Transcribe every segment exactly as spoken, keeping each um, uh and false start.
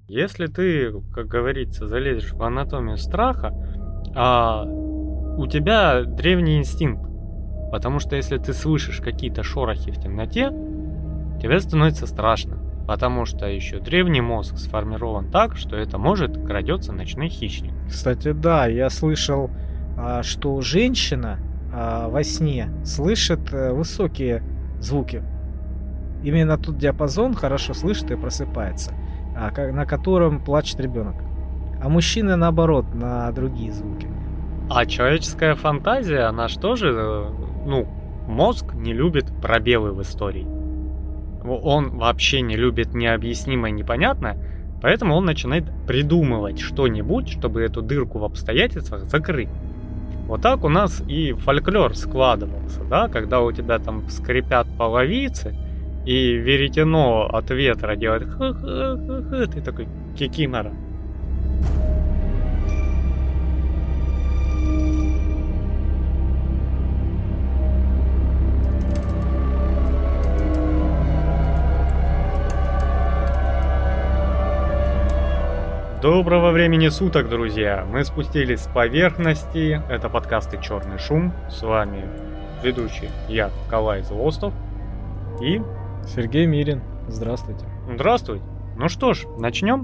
Если ты, как говорится, залезешь в анатомию страха, а у тебя древний инстинкт. Потому что если ты слышишь какие-то шорохи в темноте, тебе становится страшно. Потому что еще древний мозг сформирован так, что это может крадется ночной хищник. Кстати, да, я слышал, что женщина во сне слышит высокие звуки. Именно тот диапазон хорошо слышит и просыпается, на котором плачет ребенок. А мужчины, наоборот, на другие звуки. А человеческая фантазия, она же тоже, ну, мозг не любит пробелы в истории. Он вообще не любит необъяснимое, непонятное, поэтому он начинает придумывать что-нибудь, чтобы эту дырку в обстоятельствах закрыть. Вот так у нас и фольклор складывался, да, когда у тебя там скрипят половицы, и веретено от ветра делает ха-ха-ха-ха, ты такой кикимора. Доброго времени суток, друзья! Мы спустились с поверхности. Это подкасты «Черный шум». С вами ведущий я, Калай Злостов, и... Сергей Мирин. Здравствуйте. Здравствуй. Ну что ж, начнем?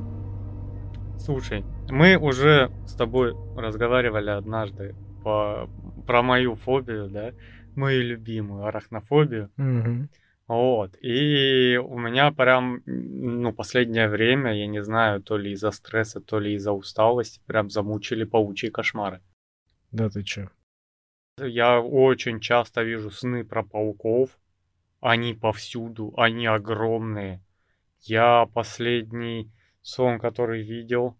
Слушай, мы уже с тобой разговаривали однажды по... про мою фобию, да? Мою любимую арахнофобию. Угу. Вот, и у меня прям, ну, последнее время, я не знаю, то ли из-за стресса, то ли из-за усталости, прям замучили паучьи кошмары. Да ты чё? Я очень часто вижу сны про пауков, они повсюду, они огромные. Я последний сон, который видел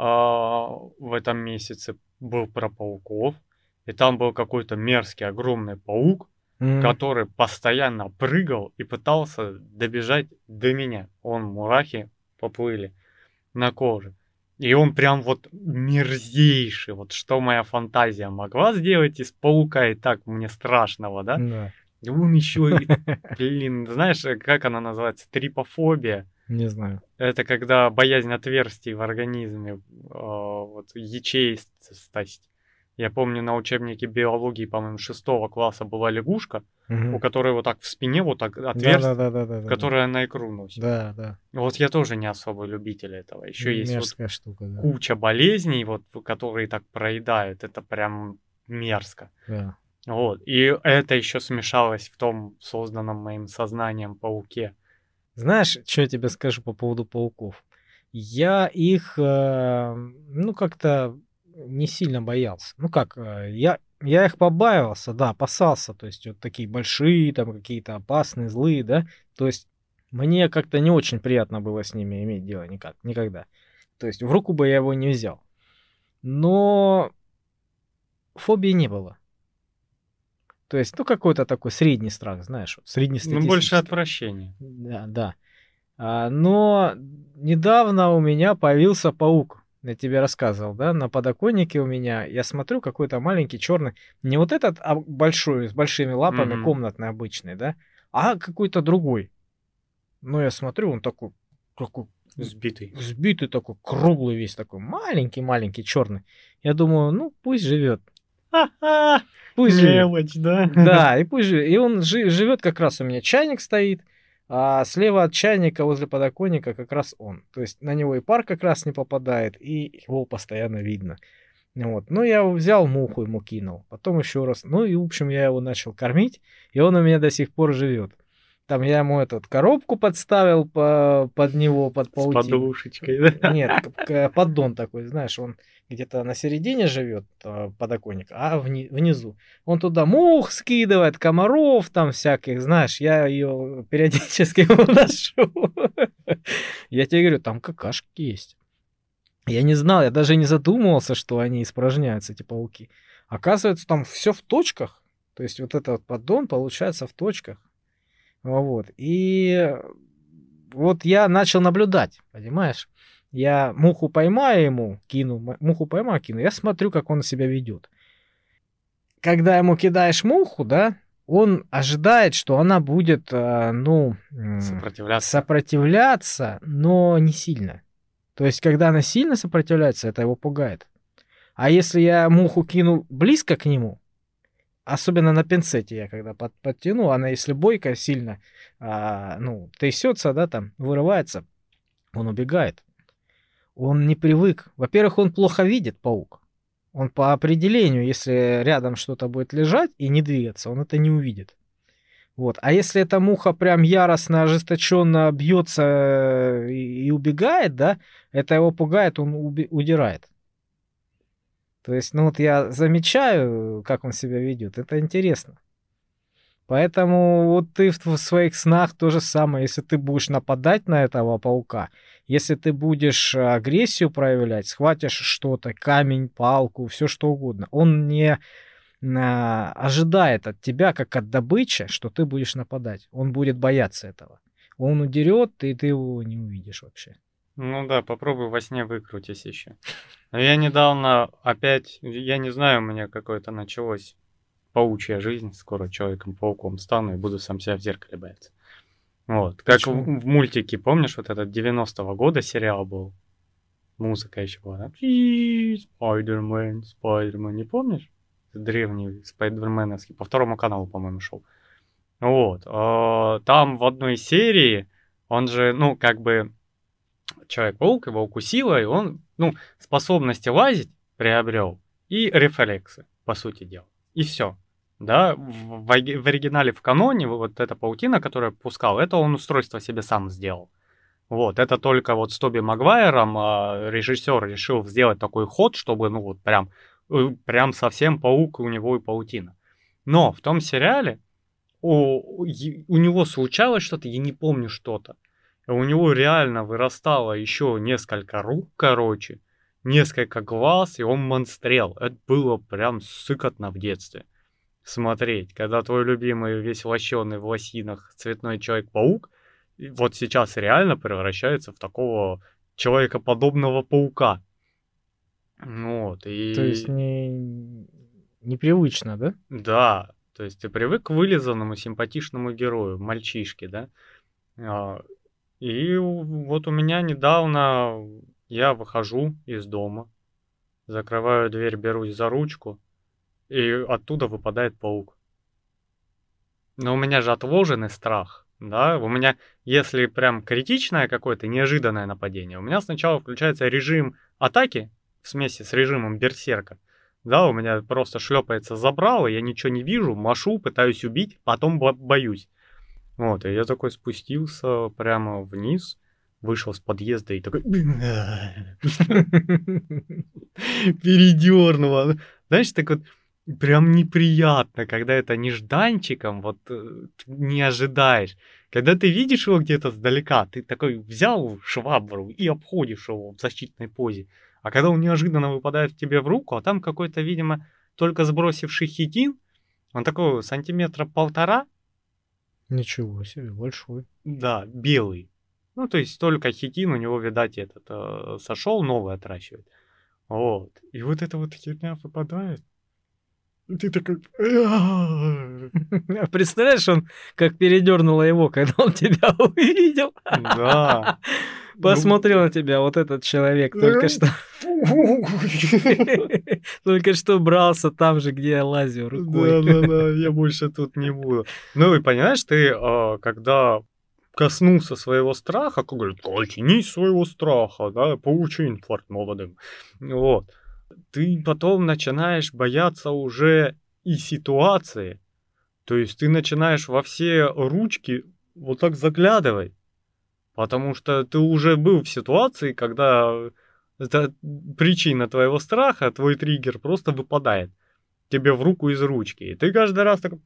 а, в этом месяце, был про пауков, и там был какой-то мерзкий огромный паук, Mm. который постоянно прыгал и пытался добежать до меня. Он, мурахи поплыли на коже. И он прям вот мерзейший. Вот что моя фантазия могла сделать из паука и так мне страшного, да? Да. И он еще, блин, знаешь, как она называется? Трипофобия. Не знаю. Это когда боязнь отверстий в организме, вот ячеистость. Я помню, на учебнике биологии, по-моему, шестого класса была лягушка, угу. у которой вот так в спине вот так отверстие, да, да, да, да, да, которое да. на икру носит. Да, да. Вот я тоже не особо любитель этого. Еще есть вот штука, да. куча болезней, вот, которые так проедают. Это прям мерзко. Да. Вот. И это еще смешалось в том созданном моим сознанием пауке. Знаешь, что я тебе скажу по поводу пауков? Я их, э, ну, как-то... не сильно боялся. Ну как, я, я их побаивался, да, опасался. То есть вот такие большие, там какие-то опасные, злые, да. То есть мне как-то не очень приятно было с ними иметь дело никак, никогда. То есть в руку бы я его не взял. Но фобии не было. То есть, ну какой-то такой средний страх, знаешь, среднестатистический. Ну больше отвращения. Да, да. А, но недавно у меня появился паук. Я тебе рассказывал, да, на подоконнике у меня, я смотрю, какой-то маленький черный, не вот этот, а большой, с большими лапами, mm-hmm. комнатный обычный, да, а какой-то другой. Ну, я смотрю, он такой, такой сбитый, сбитый такой, круглый весь такой, маленький-маленький, черный. Я думаю, ну, пусть живет. Пусть мелочь, живет. Да? Да, и пусть живет. И он жи- живет как раз, у меня чайник стоит, а слева от чайника возле подоконника как раз он. То есть на него и пар как раз не попадает, и его постоянно видно. Вот. Ну, я взял муху, ему кинул. Потом еще раз. Ну, и, в общем, я его начал кормить, и он у меня до сих пор живет. Там я ему эту коробку подставил по, под него, под паутину. С подушечкой, да? Нет, поддон такой, знаешь, он где-то на середине живет подоконник, а вни- внизу. Он туда мух скидывает, комаров там всяких, знаешь, я ее периодически выношу. Я тебе говорю, там какашки есть. Я не знал, я даже не задумывался, что они испражняются, эти пауки. Оказывается, там все в точках. То есть вот этот поддон получается в точках. Вот. И вот я начал наблюдать, понимаешь? Я муху поймаю ему, кину, муху поймаю, кину. Я смотрю, как он себя ведет. Когда ему кидаешь муху, да, он ожидает, что она будет, ну, сопротивляться. сопротивляться, но не сильно. То есть, когда она сильно сопротивляется, это его пугает. А если я муху кину близко к нему, особенно на пинцете я когда под, подтяну, она если бойкая сильно, а, ну, трясется, да, там, вырывается, он убегает. Он не привык. Во-первых, он плохо видит, паук. Он по определению, если рядом что-то будет лежать и не двигаться, он это не увидит. Вот. А если эта муха прям яростно, ожесточенно бьется и, и убегает, да, это его пугает, он уби- удирает. То есть, ну вот я замечаю, как он себя ведет, это интересно. Поэтому вот ты в, в своих снах то же самое, если ты будешь нападать на этого паука, если ты будешь агрессию проявлять, схватишь что-то, камень, палку, все что угодно, он не а, ожидает от тебя, как от добычи, что ты будешь нападать. Он будет бояться этого. Он удерет, и ты его не увидишь вообще. Ну да, попробуй во сне выкрутись еще. Но я недавно опять, я не знаю, у меня какое-то началось паучья жизнь. Скоро Человеком-пауком стану и буду сам себя в зеркале бояться. Вот. Как в, Почему? в мультике, помнишь, вот этот девяностого года сериал был? Музыка еще была, да? Спайдермен, Спайдермен, не помнишь? Это древний спайдерменовский, по второму каналу, по-моему, шел. Вот. а, Там в одной серии он же, ну, как бы Человек-паук его укусило, и он, ну, способности лазить приобрел и рефлексы, по сути дела. И все. Да, в, в оги- в оригинале, в каноне, вот эта паутина, которую пускал, это он устройство себе сам сделал. Вот, это только вот с Тоби Магуайром а, режиссер решил сделать такой ход, чтобы, ну, вот прям, э, прям совсем паук у него и паутина. Но в том сериале у, е- у него случалось что-то, я не помню что-то. И у него реально вырастало еще несколько рук, короче, несколько глаз, и он монстрел. Это было прям сыкотно в детстве смотреть, когда твой любимый весь лощеный в лосинах цветной Человек-паук и вот сейчас реально превращается в такого человекоподобного паука. Ну вот, То есть и не... непривычно, да? да, то есть ты привык к вылизанному симпатичному герою, мальчишке, да? А, И вот у меня недавно я выхожу из дома, закрываю дверь, берусь за ручку, и оттуда выпадает паук. Но у меня же отложенный страх, да, у меня, если прям критичное какое-то неожиданное нападение, у меня сначала включается режим атаки в смеси с режимом берсерка, да, у меня просто шлепается забрало, я ничего не вижу, машу, пытаюсь убить, потом бо- боюсь. Вот, и я такой спустился прямо вниз, вышел с подъезда и такой... Передернуло. Знаешь, так вот прям неприятно, когда это нежданчиком, вот э, не ожидаешь. Когда ты видишь его где-то сдалека, ты такой взял швабру и обходишь его в защитной позе. А когда он неожиданно выпадает тебе в руку, а там какой-то, видимо, только сбросивший хитин, он такой сантиметра полтора, Ничего себе, большой. да, белый. Ну, то есть только хитин у него, видать, этот э, сошел, новый отращивает. Вот. И вот эта вот херня выпадает. И ты такой... А представляешь, он как передернуло его, когда он тебя увидел. Да. Ну, Посмотрел на тебя вот этот человек только что. Только что брался там же, где я лазил рукой. да-да-да, я больше тут не буду. Ну и понимаешь, ты, а, когда коснулся своего страха, как говорят, коснись своего страха, да, поучи инфаркт молодым. Вот. Ты потом начинаешь бояться уже и ситуации. То есть ты начинаешь во все ручки вот так заглядывать. Потому что ты уже был в ситуации, когда это причина твоего страха, твой триггер просто выпадает тебе в руку из ручки. И ты каждый раз такой...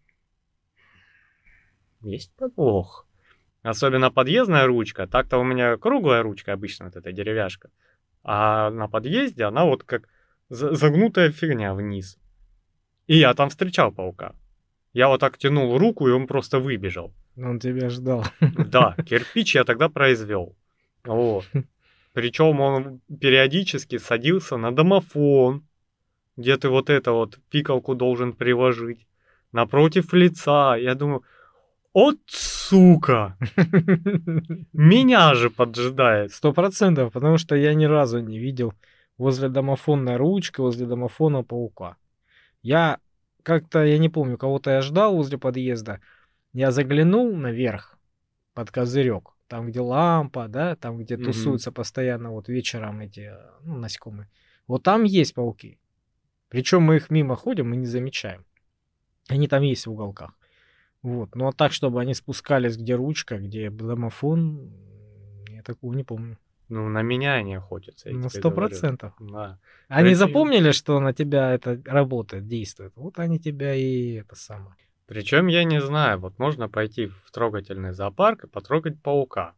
Есть подвох. Особенно подъездная ручка. Так-то у меня круглая ручка обычно, вот эта деревяшка. А на подъезде она вот как за- загнутая фигня вниз. И я там встречал паука. Я вот так тянул руку, и он просто выбежал. Он тебя ждал. Да, кирпич я тогда произвел. Вот. Причем он периодически садился на домофон, где ты вот это вот пикалку должен приложить, напротив лица. Я думаю, от сука, меня же поджидает. Сто процентов, потому что я ни разу не видел возле домофонной ручки, возле домофона паука. Я как-то, я не помню, кого-то я ждал возле подъезда. Я заглянул наверх под козырек, там, где лампа, да, там, где Мгм. тусуются постоянно вот вечером эти, ну, насекомые. Вот там есть пауки. Причем мы их мимо ходим, мы не замечаем. Они там есть в уголках. Вот. Ну а так, чтобы они спускались, где ручка, где домофон, я такого не помню. Ну, на меня они охотятся, я Ну, тебе сто говорю. процентов. Да. Они Причем- запомнили, что на тебя это работает, действует. Вот они тебя и это самое. Причем я не знаю, вот можно пойти в трогательный зоопарк и потрогать паука.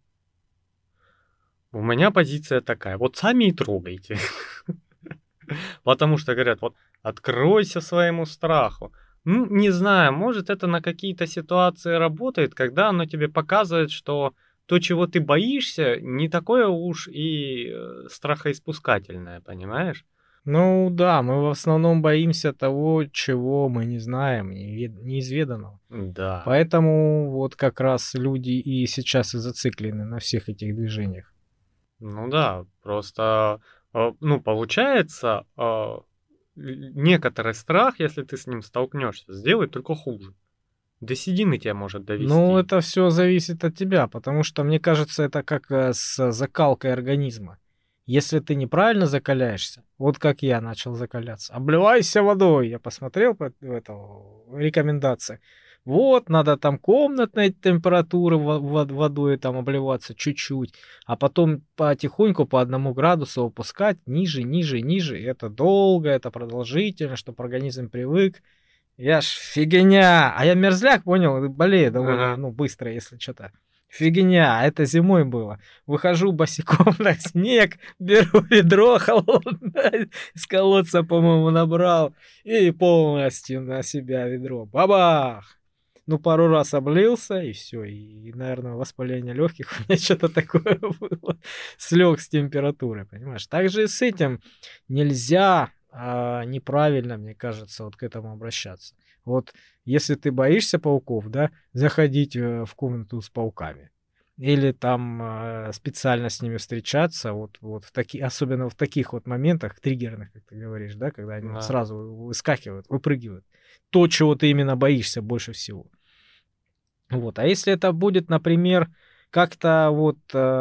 У меня позиция такая, вот сами и трогайте. Потому что говорят, вот откройся своему страху. Ну, не знаю, может это на какие-то ситуации работает, когда оно тебе показывает, что то, чего ты боишься, не такое уж и э, страхоиспускательное, понимаешь? Ну да, мы в основном боимся того, чего мы не знаем, невед- неизведанного. Да. Поэтому вот как раз люди и сейчас и зациклены на всех этих движениях. Ну да, просто, э, ну, получается, э, л- некоторый страх, если ты с ним столкнешься, сделает только хуже. До седины тебя может довести. Ну, это все зависит от тебя, потому что, мне кажется, это как э, с закалкой организма. Если ты неправильно закаляешься, вот как я начал закаляться, обливайся водой. Я посмотрел по эту рекомендации. Вот, надо там комнатной температуры во- во- водой там обливаться чуть-чуть, а потом потихоньку по одному градусу опускать ниже, ниже, ниже. И это долго, это продолжительно, чтобы организм привык. Я ж фигня, а я мерзляк, понял, и болею довольно, Ага. ну, быстро, если что-то. Фигня, а это зимой было. Выхожу босиком на снег, беру ведро холодное, с колодца, по-моему, набрал, и полностью на себя ведро. Бабах! Ну, пару раз облился, и все, и, наверное, воспаление легких у меня что-то такое было. Слег с температуры, понимаешь? Также и с этим нельзя а, неправильно, мне кажется, вот к этому обращаться. Вот если ты боишься пауков, да, заходить э, в комнату с пауками. Или там э, специально с ними встречаться, вот, вот в таки, особенно в таких вот моментах, триггерных, как ты говоришь, да, когда они вот Да. сразу выскакивают, выпрыгивают. То, чего ты именно боишься больше всего. Вот. А если это будет, например, как-то вот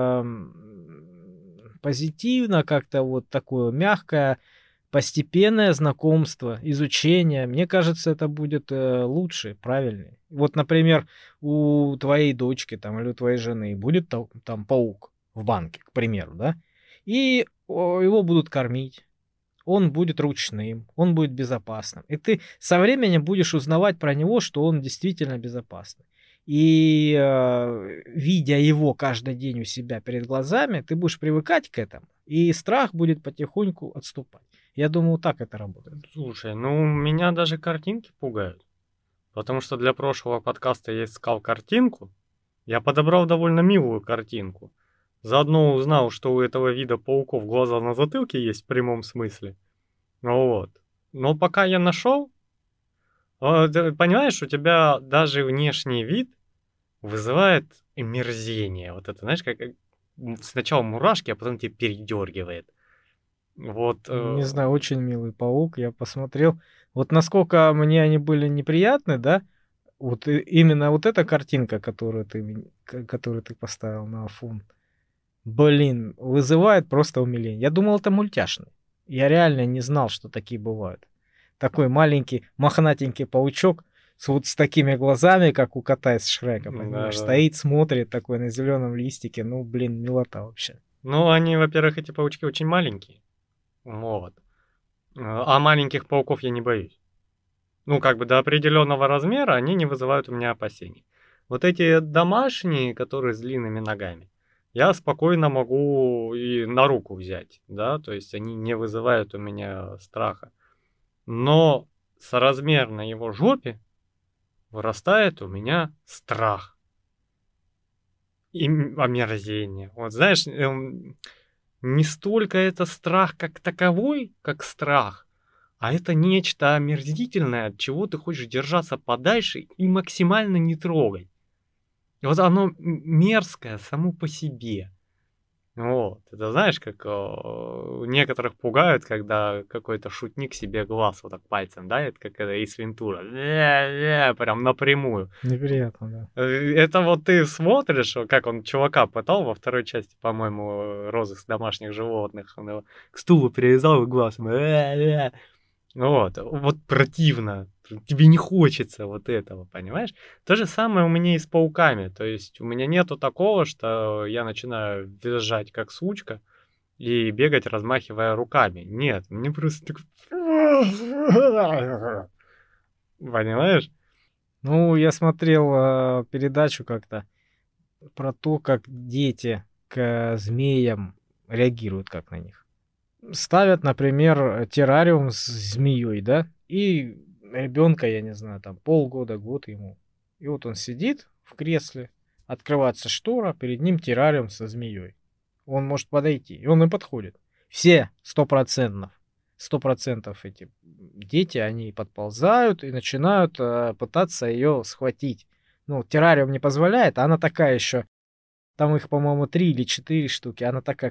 эм, позитивно, как-то вот такое мягкое, постепенное знакомство, изучение, мне кажется, это будет э, лучше, правильнее. Вот, например, у твоей дочки там или у твоей жены будет та- там паук в банке, к примеру, да, и о, его будут кормить. Он будет ручным, он будет безопасным. И ты со временем будешь узнавать про него, что он действительно безопасный. И э, видя его каждый день у себя перед глазами, ты будешь привыкать к этому, и страх будет потихоньку отступать. Я думаю, так это работает. Слушай, ну меня даже картинки пугают. Потому что для прошлого подкаста я искал картинку. Я подобрал довольно милую картинку. Заодно узнал, что у этого вида пауков глаза на затылке есть в прямом смысле. Ну вот. Но пока я нашел, а, ты понимаешь, у тебя даже внешний вид вызывает омерзение. Вот это, знаешь, как э, м, сначала мурашки, а потом тебя передергивает. Вот. э, Не знаю, очень милый паук, я посмотрел. Вот насколько мне они были неприятны, да, вот и- именно вот эта картинка, которую ты, м- к- которую ты поставил на фон, блин, вызывает просто умиление. Я думал, это мультяшный. Я реально не знал, что такие бывают. Такой маленький, мохнатенький паучок с вот с такими глазами, как у кота из Шрека, понимаешь? Да-да. Стоит, смотрит такой на зеленом листике. Ну, блин, милота вообще. Ну, они, во-первых, эти паучки очень маленькие. Вот. А маленьких пауков я не боюсь. Ну, как бы до определенного размера они не вызывают у меня опасений. Вот эти домашние, которые с длинными ногами, я спокойно могу и на руку взять, да, то есть они не вызывают у меня страха. Но соразмерно его жопе вырастает у меня страх и м- омерзение. Вот знаешь, эм, не столько это страх как таковой, как страх, а это нечто омерзительное, от чего ты хочешь держаться подальше и максимально не трогать. И вот оно м- мерзкое само по себе. Вот. Это знаешь, как э, некоторых пугают, когда какой-то шутник себе глаз вот так пальцем дает, как это из Вентура. Ля-ля, прям напрямую. Неприятно, да. Э, Это вот ты смотришь, вот как он чувака пытал во второй части, по-моему, розыск домашних животных. Он его к стулу привязал и глазом. «Ля-ля». Вот, вот противно. Тебе не хочется вот этого, понимаешь? То же самое у меня и с пауками. То есть у меня нету такого, что я начинаю визжать как сучка и бегать, размахивая руками. Нет, мне просто так... Понимаешь? Ну, я смотрел э, передачу как-то про то, как дети к змеям реагируют, как на них. Ставят, например, террариум с змеей, да, и ребенка, я не знаю, там полгода, год ему. И вот он сидит в кресле, открывается штора, перед ним террариум со змеей. Он может подойти, и он и подходит. Все сто процентов, сто процентов эти дети, они подползают и начинают э, пытаться ее схватить. Ну, террариум не позволяет, а она такая еще, там их, по-моему, три или четыре штуки. Она такая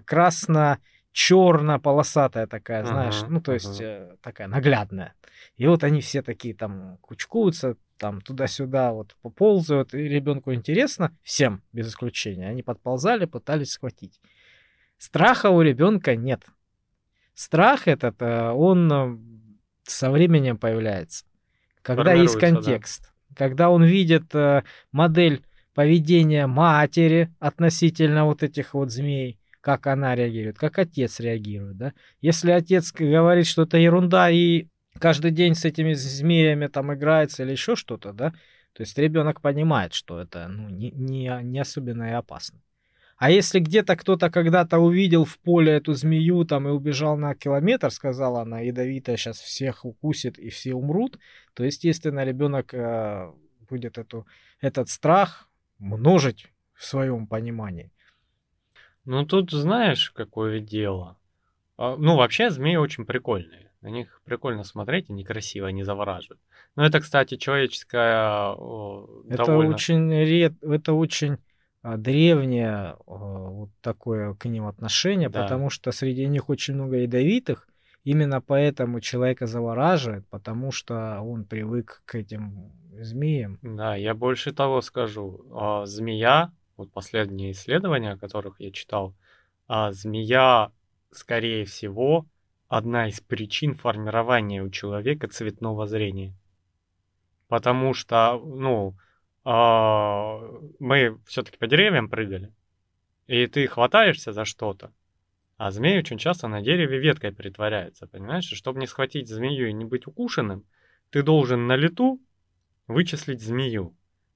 красно-черно-полосатая такая, знаешь, Мгм, ну, то есть мгм. э, такая наглядная. И вот они все такие там кучкуются, там туда-сюда вот поползают, и ребенку интересно, всем без исключения. Они подползали, пытались схватить. Страха у ребенка нет. Страх этот, э, он э, со временем появляется. Когда есть Формируется, да. контекст, когда он видит э, модель поведения матери относительно вот этих вот змей, как она реагирует, как отец реагирует, да. Если отец к- говорит, что это ерунда и каждый день с этими змеями там играется или еще что-то, да, то есть ребенок понимает, что это ну, не, не, не особенно и опасно. А если где-то кто-то когда-то увидел в поле эту змею там и убежал на километр, сказала она, ядовитая, сейчас всех укусит и все умрут, то, естественно, ребенок э, будет эту, этот страх множить в своем понимании. Ну, тут знаешь, какое дело. А, Ну, вообще, змеи очень прикольные. На них прикольно смотреть, они красиво, они завораживают. Но это, кстати, человеческая о, Это довольно... очень ред, это очень а, древнее а, вот такое к ним отношение, Да, потому что среди них очень много ядовитых. Именно поэтому человека завораживает, потому что он привык к этим змеям. да, я больше того скажу. А, Змея, вот последние исследования, о которых я читал, а змея, скорее всего, одна из причин формирования у человека цветного зрения. Потому что, ну, а, мы все-таки по деревьям прыгали, и ты хватаешься за что-то, а змей очень часто на дереве веткой притворяется, понимаешь? И чтобы не схватить змею и не быть укушенным, ты должен на лету вычислить змею.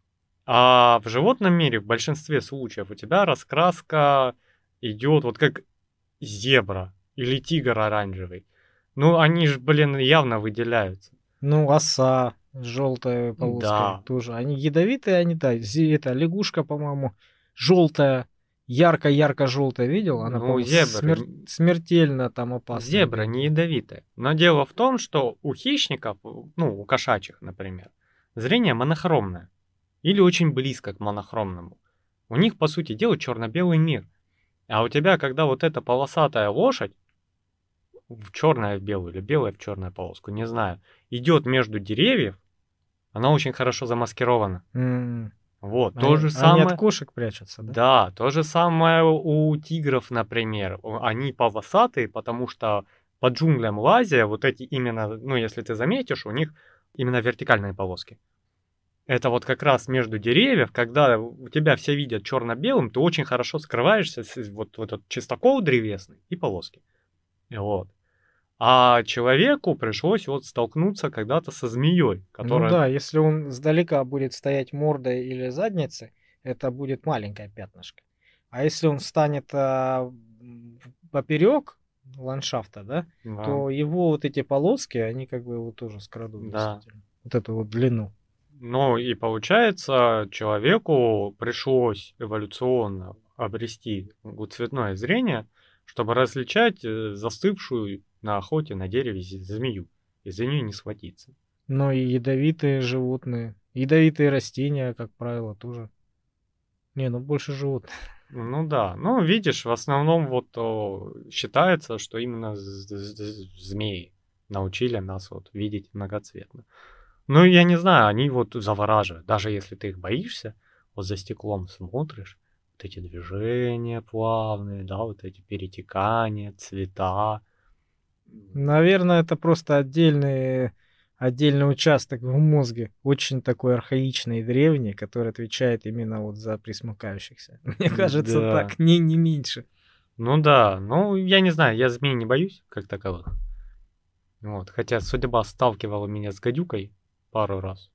А в животном мире в большинстве случаев у тебя раскраска идет вот как зебра или тигр оранжевый. Ну, они же, блин, явно выделяются. Ну, оса с желтой полоской Да, тоже. Они ядовитые, они, да. зи- Это лягушка, по-моему, желтая, ярко-ярко желтая. Видел? Она, ну, по-моему, зебры, смер- н- смертельно там опасная зебра для не них. ядовитая. Но дело в том, что у хищников, у- ну, у кошачьих, например, зрение монохромное. Или очень близко к монохромному. У них, по сути дела, черно-белый мир. А у тебя, когда вот эта полосатая лошадь, в черное в белую или белая в черную полоску, не знаю, идет между деревьев, она очень хорошо замаскирована. М. Вот, то Они, же они от самое, кошек прячутся, да? да, то же самое у тигров, например. О, Они полосатые, потому что по джунглям лазя, вот эти именно, ну, если ты заметишь, у них именно вертикальные полоски. Это вот как раз между деревьев, когда у тебя все видят черно-белым, ты очень хорошо скрываешься, с- вот в этот чистокол древесный и полоски. Вот. А человеку пришлось вот столкнуться когда-то со змеей, Ну которая... да, если он сдалека будет стоять мордой или задницей, это будет маленькое пятнышко. А если он встанет а, поперек ландшафта, да, Да, то его вот эти полоски, они как бы его тоже скрадут да. действительно. Вот эту вот длину. Ну и получается, человеку пришлось эволюционно обрести вот цветное зрение, чтобы различать э, застывшую на охоте на дереве зи- змею и за нее не схватиться. Но и ядовитые животные, ядовитые растения, как правило, тоже. Не, ну больше животных. Ну да, ну видишь, в основном вот о, считается, что именно з- з- з- змеи научили нас вот видеть многоцветно. Ну, я не знаю, они вот завораживают. Даже если ты их боишься, вот за стеклом смотришь, вот эти движения плавные, да, вот эти перетекания, цвета. Наверное, это просто отдельный, отдельный участок в мозге, очень такой архаичный и древний, который отвечает именно вот за пресмыкающихся. Мне кажется, Да, так, не, не меньше. ну да, ну я не знаю, я змей не боюсь, как таковых. Вот, хотя судьба сталкивала меня с гадюкой пару раз.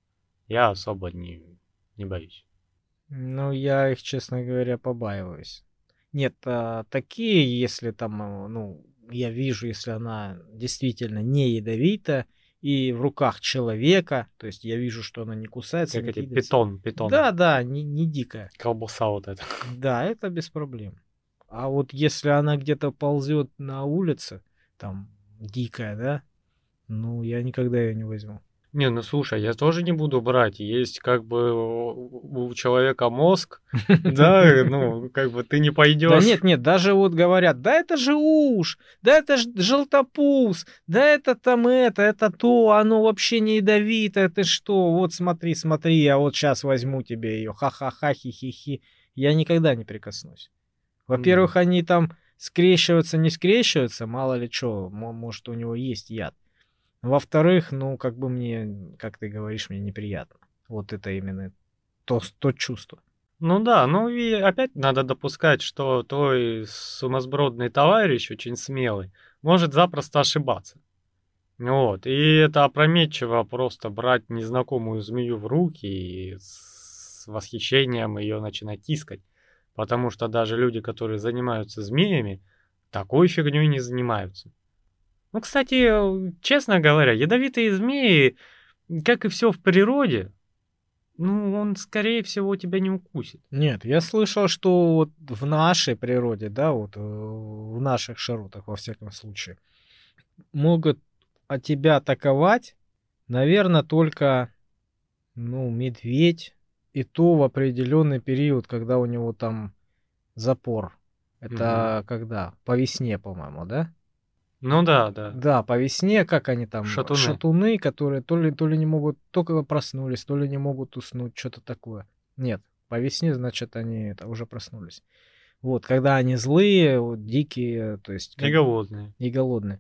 Я особо не, не боюсь. Ну, я их, честно говоря, побаиваюсь. Нет, а, такие, если там, а, ну, я вижу, если она действительно не ядовита и в руках человека, то есть я вижу, что она не кусается, Как не эти кидается. питон, питон, Да, да, не, не дикая. колбаса вот эта. Да, это без проблем. А вот если она где-то ползет на улице, там, дикая, да, ну, я никогда ее не возьму. Не, ну слушай, я тоже не буду брать. Есть как бы у у человека мозг, да, ну, как бы ты не Да нет, пойдешь. нет, даже вот говорят, да это же уж, да это ж желтопуз, да это там это, это то, оно вообще не ядовитое, ты что, вот смотри, смотри, я вот сейчас возьму тебе ее, ха-ха-ха, хи-хи-хи. Я никогда не прикоснусь. Да. Во-первых, они там скрещиваются, не скрещиваются, мало ли что, может у него есть яд. Во-вторых, ну как бы мне, как ты говоришь, мне неприятно. Вот это именно то, то чувство. Ну да, ну и опять надо допускать, что твой сумасбродный товарищ, очень смелый, может запросто ошибаться. Вот, и это опрометчиво просто брать незнакомую змею в руки и с восхищением ее начинать тискать. Потому что даже люди, которые занимаются змеями, такой фигней не занимаются. Ну, кстати, э, честно говоря, ядовитые змеи, как и все в природе, ну, он, скорее всего, тебя не укусит. Нет, я слышал, что вот в нашей природе, да, вот э, в наших широтах, во всяком случае, могут от тебя атаковать, наверное, только, ну, медведь, и то в определенный период, когда у него там запор. Мгм. Это когда? По весне, по-моему, да? Ну да, да. Да, по весне, как они там, Шатуны. шатуны, которые то ли, то ли не могут, только проснулись, то ли не могут уснуть, что-то такое. Нет, по весне, значит, они это, уже проснулись. Вот, когда они злые, вот, дикие, то есть И как голодные. и голодные.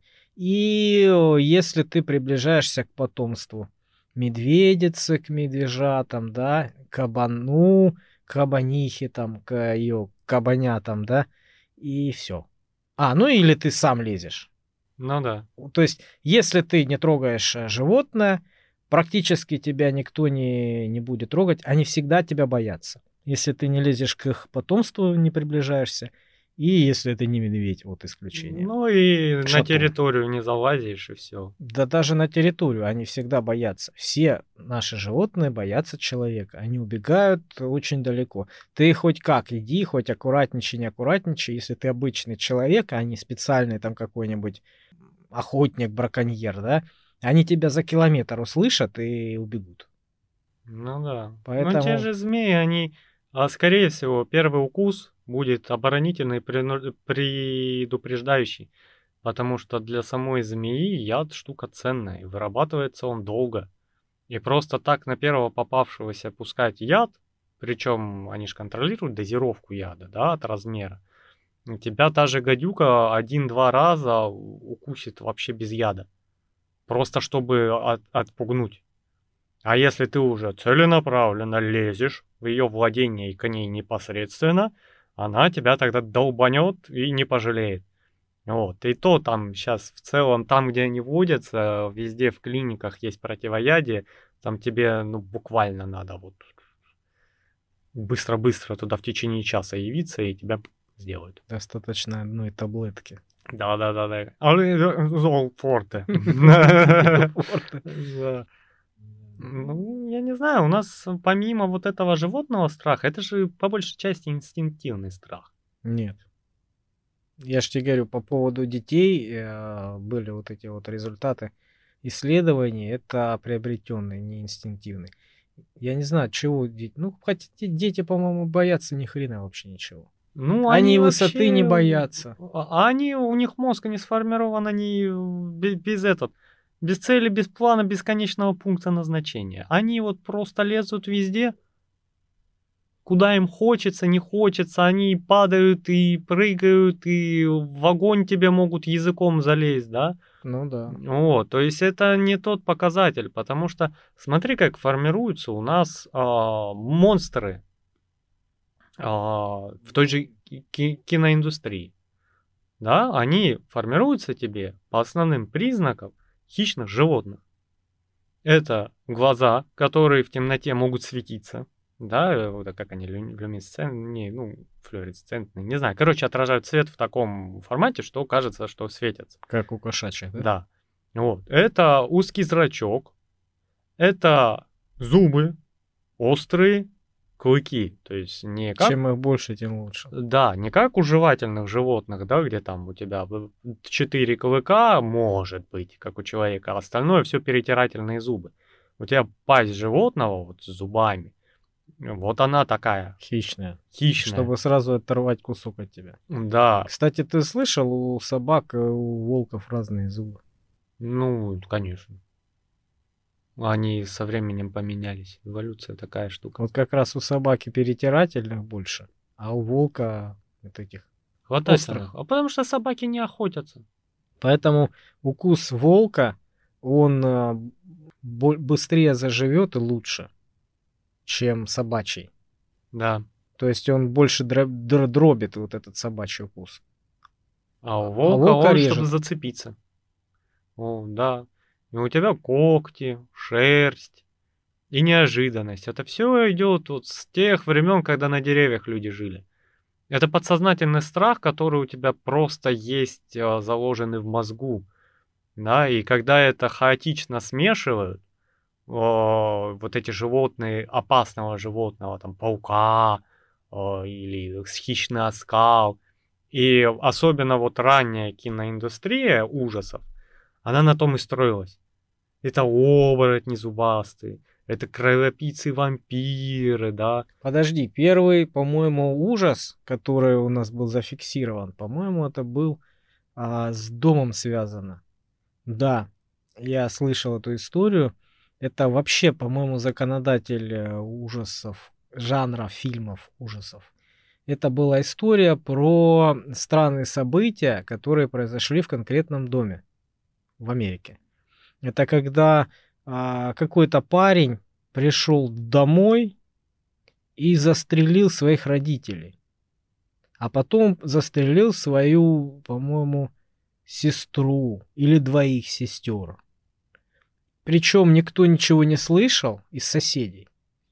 И о, если ты приближаешься к потомству медведицы, к медвежатам, да, кабану, кабанихе, там, к ее кабанятам, да, и все. А, ну или ты сам лезешь. Ну да. У То есть, если ты не трогаешь, э, животное, практически тебя никто не не будет трогать. Они всегда тебя боятся. Если ты не лезешь к их потомству, не приближаешься, и если это не медведь, вот исключение. Ну и на Шатун. территорию не залазишь, и все. Да даже на территорию они всегда боятся. Все наши животные боятся человека. Они убегают очень далеко. Ты хоть как иди, хоть аккуратничай, не аккуратничай. Если ты обычный человек, а не специальный там какой-нибудь охотник, браконьер, да, они тебя за километр услышат и убегут. Ну да. Ну те Поэтому же змеи, они, а, скорее всего, первый укус будет оборонительный, прену- предупреждающий. Потому что для самой змеи яд штука ценная, и вырабатывается он долго. И просто так на первого попавшегося пускать яд, причем они же контролируют дозировку яда, да, от размера. И тебя та же гадюка один-два раза у- укусит вообще без яда. Просто чтобы от- отпугнуть. А если ты уже целенаправленно лезешь в ее владение и к ней непосредственно, она тебя тогда долбанет и не пожалеет. Вот. И то там сейчас в целом, там, где они водятся, везде в клиниках есть противоядие, там тебе, ну, буквально надо вот быстро-быстро туда в течение часа явиться, и тебя сделают. достаточно одной таблетки. Да-да-да-да. А, Золфорте. Комфортно. Да. Ну, я не знаю, у нас помимо вот этого животного страха, это же по большей части инстинктивный страх. Нет. Я ж тебе говорю, по поводу детей, э, были вот эти вот результаты исследований. Это приобретенный, не инстинктивный. Я не знаю, чего дети. Ну, хотя те- дети, по-моему, боятся ни хрена вообще ничего. Ну, Они они и высоты не вообще, боятся. а они, у них мозг не сформирован, они без, без этот, без цели, без плана, без конечного пункта назначения. Они вот просто лезут везде, куда им хочется, не хочется, они падают и прыгают, и в огонь тебе могут языком залезть, да? Ну да. Вот, то есть это не тот показатель, потому что смотри, как формируются у нас а, монстры а, в той же ки- киноиндустрии. Да, они формируются тебе по основным признакам хищных животных. Это глаза, которые в темноте могут светиться, да, э, вот как они, лю- люминесцентные, ну, флуоресцентные, не знаю, короче, отражают свет в таком формате, что кажется, что светятся. Как у кошачьих, да? Да, вот, это узкий зрачок, это зубы острые, клыки, то есть не как Чем их больше, тем лучше. да, не как у жевательных животных, да, где там у тебя четыре клыка, может быть, как у человека, а остальное все перетирательные зубы. У тебя пасть животного вот с зубами, вот она такая Хищная. хищная. Чтобы сразу оторвать кусок от тебя. Да, Кстати, ты слышал, у собак, и у волков разные зубы. ну, конечно. Они со временем поменялись. Эволюция такая штука. Вот как раз у собаки перетирательных больше, а у волка вот этих Хватательных. острых. А потому что собаки не охотятся. Поэтому укус волка, он а, бо- быстрее заживет и лучше, чем собачий. Да. То есть он больше дро- др- дробит вот этот собачий укус. А у А волка волка он, чтобы режет. зацепиться. О, да. И у тебя когти, шерсть и неожиданность. Это все идет вот с тех времен, когда на деревьях люди жили. Это подсознательный страх, который у тебя просто есть а, заложенный в мозгу. Да, и когда это хаотично смешивают, о, вот эти животные, опасного животного, там, паука о, или с хищный оскал, и особенно вот ранняя киноиндустрия ужасов, она на том и строилась. Это оборотни зубастые, это кровопийцы-вампиры, да. Подожди, первый, по-моему, ужас, который у нас был зафиксирован, по-моему, это был а, с домом связано. Да, я слышал эту историю. Это вообще, по-моему, законодатель э, ужасов, жанра фильмов ужасов. Это была история про странные события, которые произошли в конкретном доме в Америке. Это когда а, какой-то парень пришел домой и застрелил своих родителей, а потом застрелил свою, по-моему, сестру или двоих сестер. Причем никто ничего не слышал из соседей.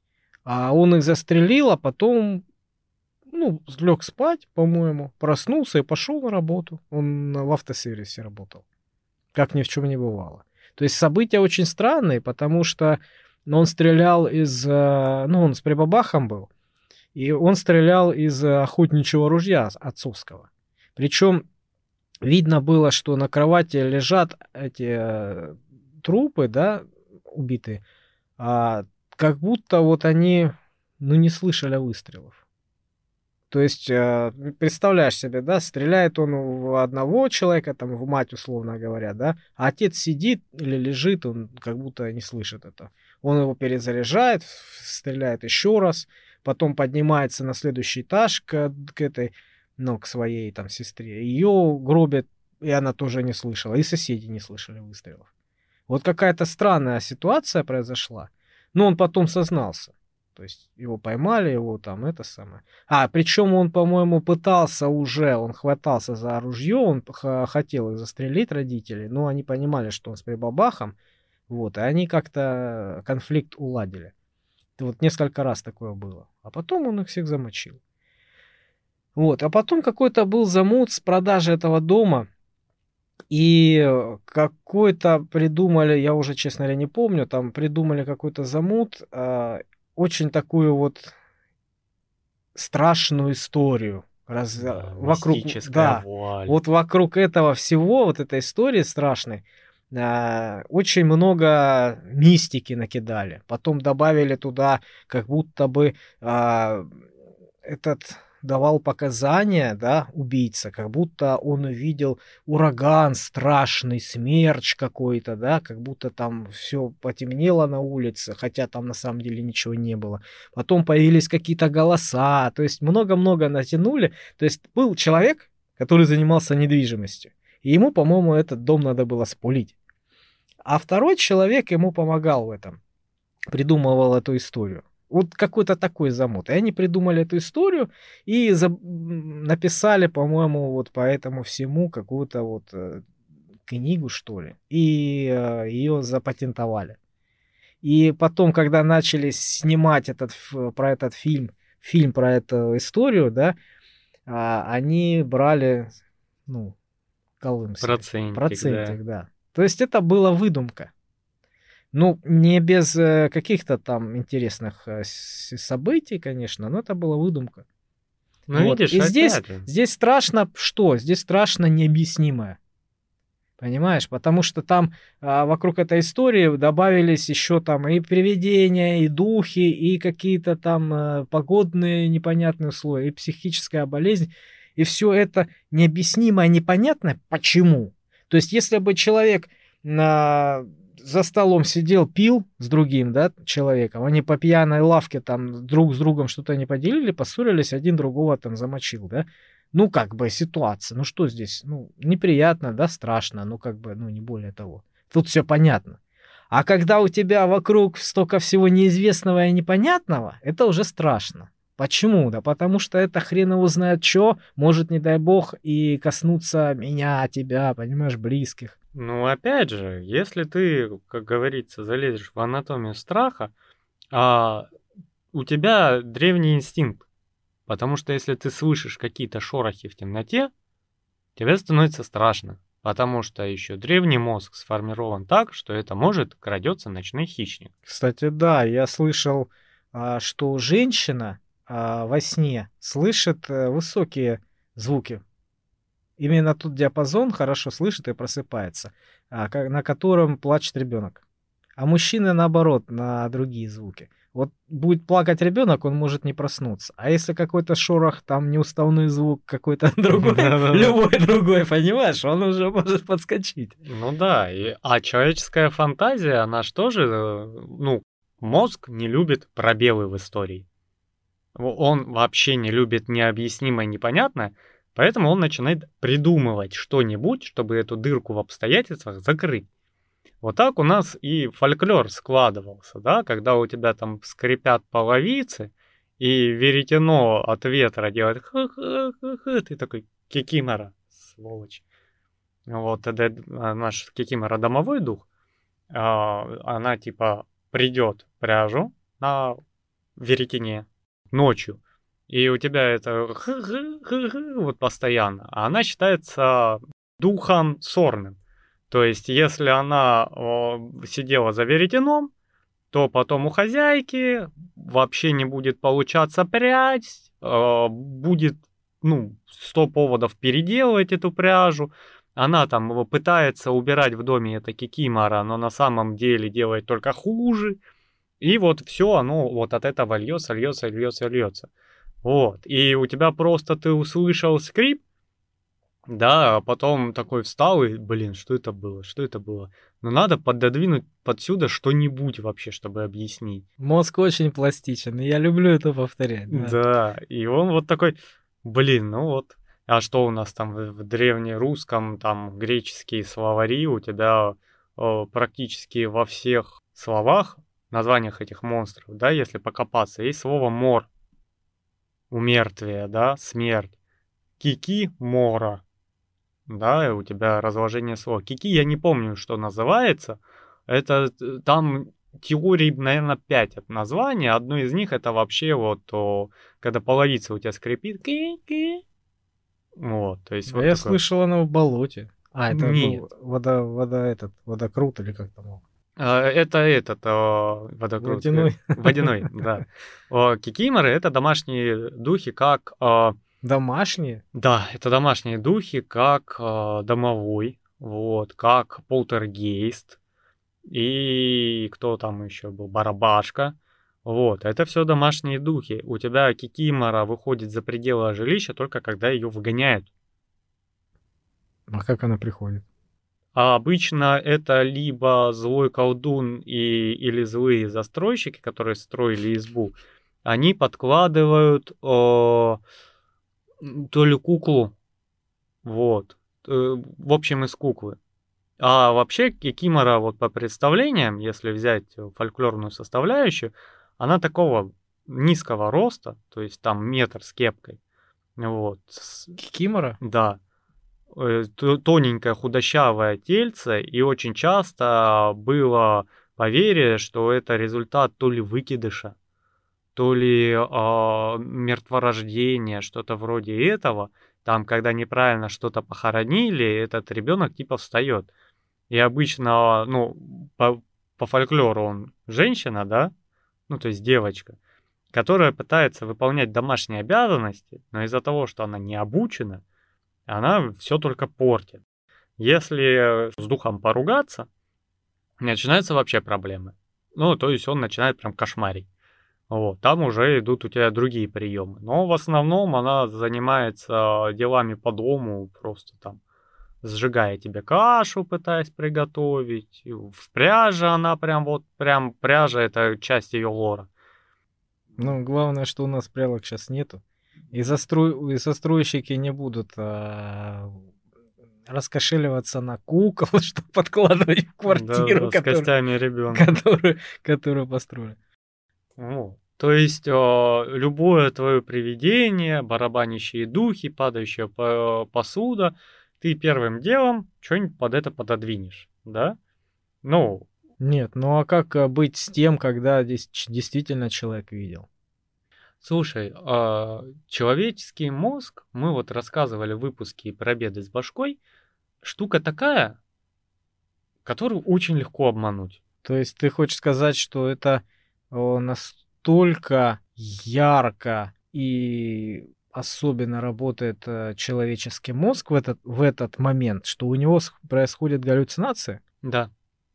А он их застрелил, а потом, ну, лег спать, по-моему, проснулся и пошел на работу. Он в автосервисе работал. Как ни в чем не бывало. То есть события очень странные, потому что ну, он стрелял из... э, Ну, он с прибабахом был. И он стрелял из э, охотничьего ружья отцовского. Причем видно было, что на кровати лежат эти э, трупы, да, убитые, а, как будто вот они, ну, не слышали выстрелов. То есть, э, представляешь себе, да, стреляет он в одного человека, там, в мать, условно говоря, да, а отец сидит или лежит, он как будто не слышит это. Он его перезаряжает, стреляет еще раз, потом поднимается на следующий этаж к, к этой, ну, к своей там сестре. Ее гробят, и она тоже не слышала, и соседи не слышали выстрелов. Вот какая-то странная ситуация произошла, но он потом сознался. То есть его поймали, его там это самое. А, причем он, по-моему, пытался уже, он хватался за ружье, он х- хотел их застрелить, родителей, но они понимали, что он с прибабахом, вот, и они как-то конфликт уладили. Вот несколько раз такое было. А потом он их всех замочил. Вот, а потом какой-то был замут с продажи этого дома, и какой-то придумали, я уже, честно говоря, не помню, там придумали какой-то замут, а, очень такую вот страшную историю. Раз, Да, вокруг, мистическая да, вуаль. вот вокруг этого всего, вот этой истории страшной, а, очень много мистики накидали. Потом добавили туда, как будто бы а, этот давал показания, да, убийца, как будто он увидел ураган страшный, смерч какой-то, да, как будто там все потемнело на улице, хотя там на самом деле ничего не было. Потом появились какие-то голоса, то есть много-много натянули. То есть был человек, который занимался недвижимостью, и ему, по-моему, этот дом надо было спулить. А второй человек ему помогал в этом, придумывал эту историю. Вот какой-то такой замут. И они придумали эту историю и за... написали, по-моему, вот по этому всему какую-то вот э, книгу, что ли. И э, ее запатентовали. И потом, когда начали снимать этот, про этот фильм, фильм про эту историю, да, а, они брали, ну, колым себе. Процентик, Процентик, да. да. То есть это была выдумка. Ну, не без э, каких-то там интересных э, с- событий, конечно, но это была выдумка. Ну, Вот. видишь, И здесь, опять же. здесь страшно что? Здесь страшно необъяснимое. Понимаешь? Потому что там а, вокруг этой истории добавились еще там и привидения, и духи, и какие-то там а, погодные непонятные условия, и психическая болезнь. И все это необъяснимое, непонятное. Почему? То есть, если бы человек на за столом сидел, пил с другим, да, человеком, они по пьяной лавке там друг с другом что-то не поделили, поссорились, один другого там замочил, да. Ну, как бы ситуация, ну что здесь, ну, неприятно, да, страшно, ну, как бы, ну, не более того. Тут все понятно. А когда у тебя вокруг столько всего неизвестного и непонятного, это уже страшно. Почему? Да потому что это хрен его знает что, может, не дай бог, и коснуться меня, тебя, понимаешь, близких. Ну, опять же, если ты, как говорится, залезешь в анатомию страха, а у тебя древний инстинкт. Потому что если ты слышишь какие-то шорохи в темноте, тебе становится страшно. Потому что еще древний мозг сформирован так, что это может крадется ночной хищник. Кстати, да, я слышал, а, что женщина а, во сне слышит э, высокие звуки. Именно тот диапазон хорошо слышит и просыпается, а, ка- на котором плачет ребенок. А мужчины наоборот, на другие звуки. Вот будет плакать ребенок, он может не проснуться. А если какой-то шорох, там неуставной звук, какой-то другой, Да-да-да. любой другой, понимаешь, он уже может подскочить. Ну да, и, а человеческая фантазия, она же тоже, э, ну, мозг не любит пробелы в истории. Во- Он вообще не любит необъяснимое, непонятное, поэтому он начинает придумывать что-нибудь, чтобы эту дырку в обстоятельствах закрыть. Вот так у нас и фольклор складывался, да, когда у тебя там скрипят половицы, и веретено от ветра делает ха-ха-ха-ха, ты такой кикимора, сволочь. Вот, тогда а, наш кикимора домовой дух, а, она типа придет в пряжу на веретене ночью, и у тебя это ха-ха-ха-ха вот постоянно, а она считается духом сорным. То есть, если она э, сидела за веретеном, то потом у хозяйки вообще не будет получаться прядь, э, будет, ну, сто поводов переделывать эту пряжу. Она там его пытается убирать в доме, это кикимора, но на самом деле делает только хуже. И вот все оно вот от этого льется, льется, льется, льется. Вот. И у тебя просто ты услышал скрип, да, а потом такой встал и, блин, что это было, что это было? Но надо пододвинуть подсюда что-нибудь вообще, чтобы объяснить. Мозг очень пластичен, и я люблю это повторять. Да. Да, и он вот такой, блин, ну вот. А что у нас там в, в древнерусском, там греческие словари, у тебя э, практически во всех словах, названиях этих монстров, да, если покопаться, есть слово мор, умертвие, да, смерть. Кики-мора. Да, и у тебя разложение слова. Кики я не помню, что называется. Это э, там теорий, наверное, пять от названия. Одно из них это вообще вот, о, когда половица у тебя скрипит. Ки-ки. Вот, то есть Да вот я такое. слышал, оно в болоте. А, это Нет. был вода, вода этот, водокрут или как там? А, Это этот о, водокрут. Водяной. Водяной, да. О, Кикиморы это домашние духи, как... а, Домашние? Да, это домашние духи, как а, домовой. вот, как Полтергейст и кто там еще был, Барабашка. Вот, это все домашние духи. У тебя кикимора выходит за пределы жилища только когда ее выгоняют. А как она приходит? А обычно это либо злой колдун и, или злые застройщики, которые строили избу, они подкладывают о, то ли куклу, вот, э, в общем, из куклы. А вообще кикимора, вот по представлениям, если взять фольклорную составляющую, она такого низкого роста, то есть там метр с кепкой, вот. Кикимора? Да. Тоненькое худощавое тельце, и очень часто было поверье, что это результат то ли выкидыша, то ли э, мертворождения, что-то вроде этого. Там, когда неправильно что-то похоронили, этот ребенок типа встает. И обычно, ну, по, по фольклору он женщина, да, ну, то есть девочка, которая пытается выполнять домашние обязанности, но из-за того, что она не обучена, она все только портит. Если с духом поругаться, начинаются вообще проблемы. Ну, то есть он начинает прям кошмарить. Вот, там уже идут у тебя другие приемы. Но в основном она занимается делами по дому, просто там сжигая тебе кашу, пытаясь приготовить. И в пряже она прям вот, прям пряжа — это часть ее лора. Ну, главное, что у нас прялок сейчас нету. И, застрой... и застройщики не будут а... раскошеливаться на кукол, чтобы подкладывать в квартиру, Да, которую... с костями ребенка. Которую... которую построили. Вот. То есть э, любое твое привидение, барабанящие духи, падающая посуда, ты первым делом что-нибудь под это пододвинешь, да? Ну... Нет, ну а как быть с тем, когда здесь действительно человек видел? Слушай, э, человеческий мозг, мы вот рассказывали в выпуске про беды с башкой, штука такая, которую очень легко обмануть. То есть ты хочешь сказать, что это о, настолько ярко и особенно работает э, человеческий мозг в этот, в этот момент, что у него происходит галлюцинация? Да.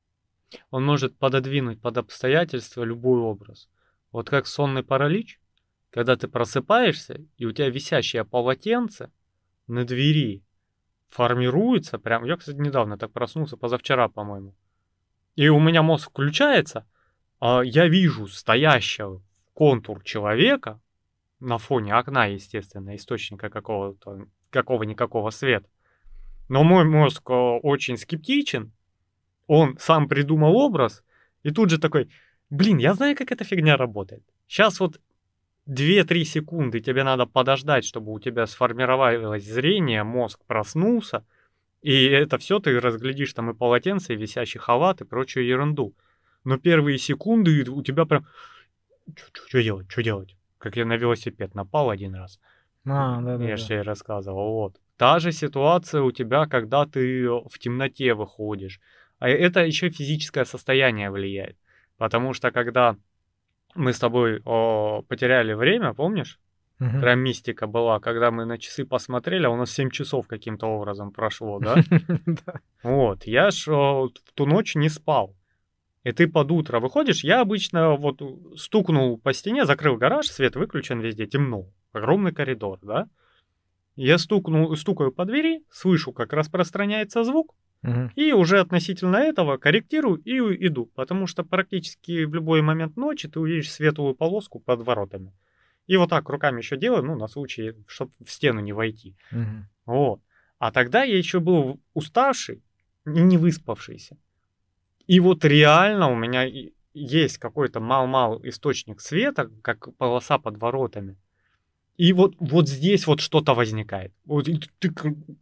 Он может пододвинуть под обстоятельства любой образ. Вот как сонный паралич, когда ты просыпаешься, и у тебя висящее полотенце на двери формируется, прям, я, кстати, недавно так проснулся, позавчера, по-моему, и у меня мозг включается, а я вижу стоящего контур человека на фоне окна, естественно, источника какого-то, какого-никакого света. Но мой мозг очень скептичен, он сам придумал образ, и тут же такой, блин, я знаю, как эта фигня работает. Сейчас вот две-три секунды тебе надо подождать, чтобы у тебя сформировалось зрение, мозг проснулся, и это все ты разглядишь там и полотенце, и висящий халат, и прочую ерунду. Но первые секунды у тебя прям, что делать, что делать? Как я на велосипед напал один раз. А, да, да, я да. же тебе рассказывал, вот. Та же ситуация у тебя, когда ты в темноте выходишь. А это еще физическое состояние влияет. Потому что когда мы с тобой о, потеряли время, помнишь? Угу. Прям мистика была, когда мы на часы посмотрели, а у нас семь часов каким-то образом прошло, да? Вот, я ж в ту ночь не спал. И ты под утро выходишь, я обычно вот стукнул по стене, закрыл гараж, свет выключен везде, темно. Огромный коридор, да? Я стукнул, стукаю по двери, слышу, как распространяется звук, угу. И уже относительно этого корректирую и иду, потому что практически в любой момент ночи ты увидишь светлую полоску под воротами. И вот так руками еще делаю, ну, на случай, чтобы в стену не войти. Угу. Вот. А тогда я еще был уставший и не выспавшийся. И вот реально у меня есть какой-то мал-мал источник света, как полоса под воротами. И вот, вот здесь вот что-то возникает. Вот ты...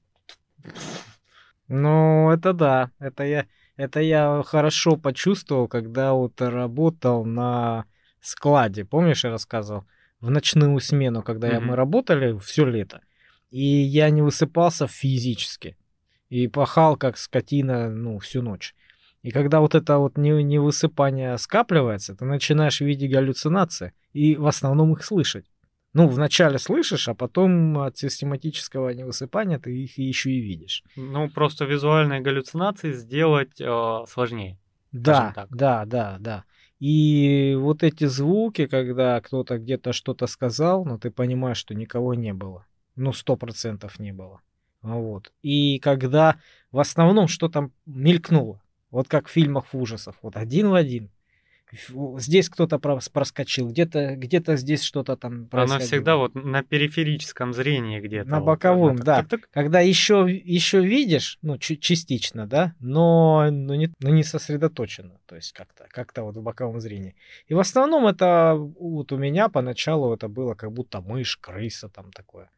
Ну, это да. Это я, это я хорошо почувствовал, когда вот работал на складе. Помнишь, я рассказывал? В ночную смену, когда mm-hmm. мы работали все лето. И я не высыпался физически. И пахал, как скотина, ну, всю ночь. И когда вот это вот невысыпание скапливается, ты начинаешь видеть галлюцинации и в основном их слышать. Ну, вначале слышишь, а потом от систематического невысыпания ты их еще и видишь. Ну, просто визуальные галлюцинации сделать э, сложнее, скажем Да, так. да, да, да. И вот эти звуки, когда кто-то где-то что-то сказал, но ты понимаешь, что никого не было. Ну, сто процентов не было. Вот. И когда в основном что-то мелькнуло, вот как в фильмах ужасов, вот один в один. Фу, здесь кто-то прос- проскочил, где-то где-то здесь что-то там Оно всегда происходило. вот на периферическом зрении На где-то вот. э, на боковом, так, да. так, так. Когда еще, еще видишь, ну, чу- частично, да, но, но, не, но не сосредоточено, то есть как-то, как-то вот в боковом зрении. И в основном это вот у меня поначалу это было как будто мышь, крыса там такое.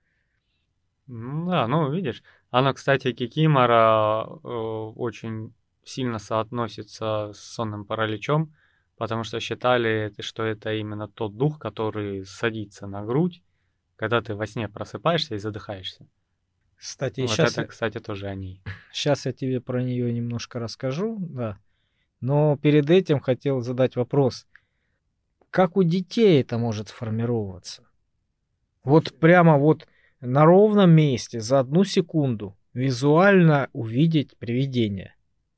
Ну да, ну видишь. Оно, кстати, кикимора э, очень сильно соотносится с сонным параличом, потому что считали, что это именно тот дух, который садится на грудь, когда ты во сне просыпаешься и задыхаешься. Кстати, Вот сейчас, это, кстати, тоже о ней. сейчас я тебе про нее немножко расскажу, да. Но перед этим хотел задать вопрос. Как у детей это может сформироваться? Вот прямо вот на ровном месте за одну секунду визуально увидеть привидение.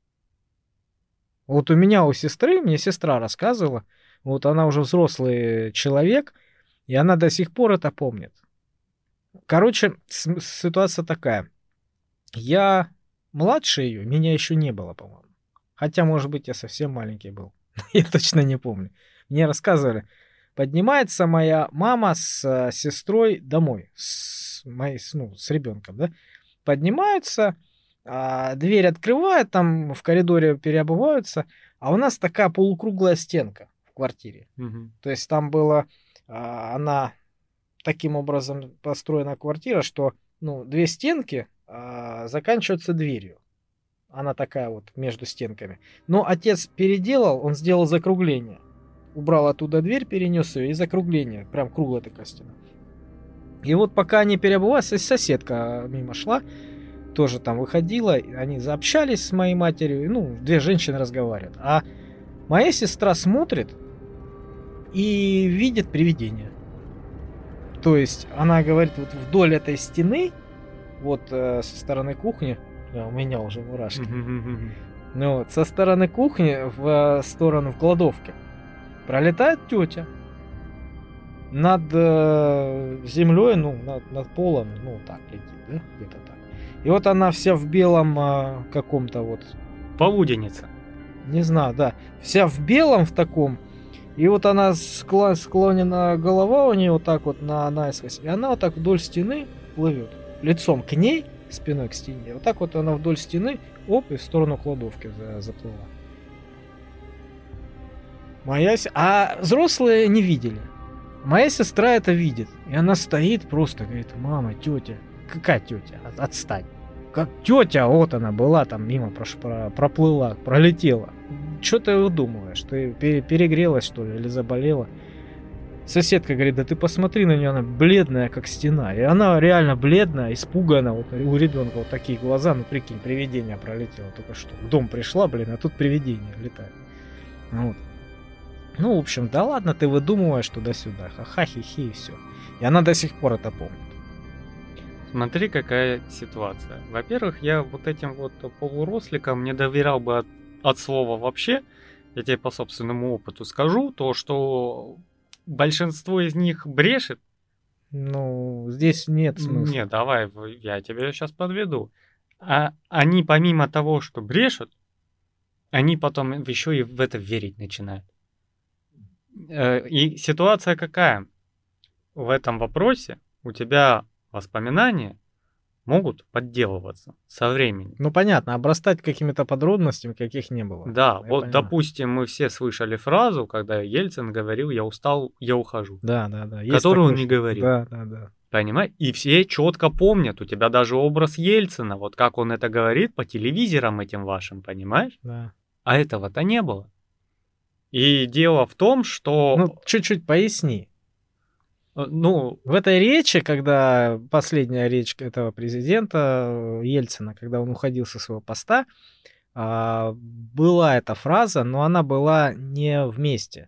Вот у меня, у сестры, мне сестра рассказывала, вот она уже взрослый человек, и она до сих пор это помнит. Короче, с- ситуация такая. Я младше ее, меня еще не было, по-моему. Хотя, может быть, я совсем маленький был. Я точно не помню. Мне рассказывали. Поднимается моя мама с э, сестрой домой, с моей, с- ну, с ребенком, да? Поднимаются, а, дверь открывают, там в коридоре переобуваются, а у нас такая полукруглая стенка в квартире. Мгм. То есть там была, а, она таким образом построена квартира, что, ну, две стенки а, заканчиваются дверью. Она такая вот между стенками. Но отец переделал, он сделал закругление. Убрал оттуда дверь, перенес ее и закругление. Прям круглая такая стена. И вот пока они переобувались, сос- соседка мимо шла, тоже там выходила, и они заобщались с моей матерью, и, ну, две женщины разговаривают. А моя сестра смотрит и видит привидение. То есть она говорит, вот вдоль этой стены, вот э, со стороны кухни, да, у меня уже мурашки, Мгм. ну вот, со стороны кухни в э, сторону в кладовке пролетает тетя над э, землей, ну, над, над полом, ну, так летит, да, где-то так. И вот она вся в белом э, каком-то вот, Полуденница. не знаю, да, вся в белом в таком, и вот она скло- склонена голова у нее вот так вот на наискось, и она вот так вдоль стены плывет, лицом к ней, спиной к стене, вот так вот она вдоль стены, оп, и в сторону кладовки за- заплыла. Моя с- А взрослые не видели. Моя сестра это видит. И она стоит просто, говорит, мама, тетя. Какая тетя? От- Отстань. Как тетя, вот она была, там мимо прош- про- проплыла, пролетела. Что ты выдумываешь? Ты пере- перегрелась, что ли, или заболела? Соседка говорит, да ты посмотри на нее, она бледная, как стена. И она реально бледная, испугана. Вот у ребенка вот такие глаза, ну прикинь, привидение пролетело только что. В дом пришла, блин, а тут привидение летает. Вот. Ну, в общем, да ладно, ты выдумываешь туда-сюда. Ха-ха, хи-хи, и все. И она до сих пор это помнит. Смотри, какая ситуация. Во-первых, я вот этим вот полуросликам не доверял бы от, от слова вообще. Я тебе по собственному опыту скажу, то, что большинство из них брешет. Ну, здесь нет смысла. Не, давай, в- я тебя сейчас подведу. А они помимо того, что брешут, они потом еще и в это верить начинают. Э, И ситуация какая? В этом вопросе у тебя воспоминания могут подделываться со временем. Ну, понятно, обрастать какими-то подробностями, каких не было. Да, Я вот, понимаю. допустим, мы все слышали фразу, когда Ельцин говорил: "Я устал, я ухожу", Да, да, да. Есть которую он такой не фильм. говорил. Да, да, да. Понимаешь? И все четко помнят. У тебя даже образ Ельцина, вот как он это говорит по телевизорам этим вашим, понимаешь? Да. А этого-то не было. И дело в том, что, Ну, чуть-чуть поясни. э, ну, В этой речи, когда последняя речь этого президента э, Ельцина, когда он уходил со своего поста, а, была эта фраза, но она была не вместе.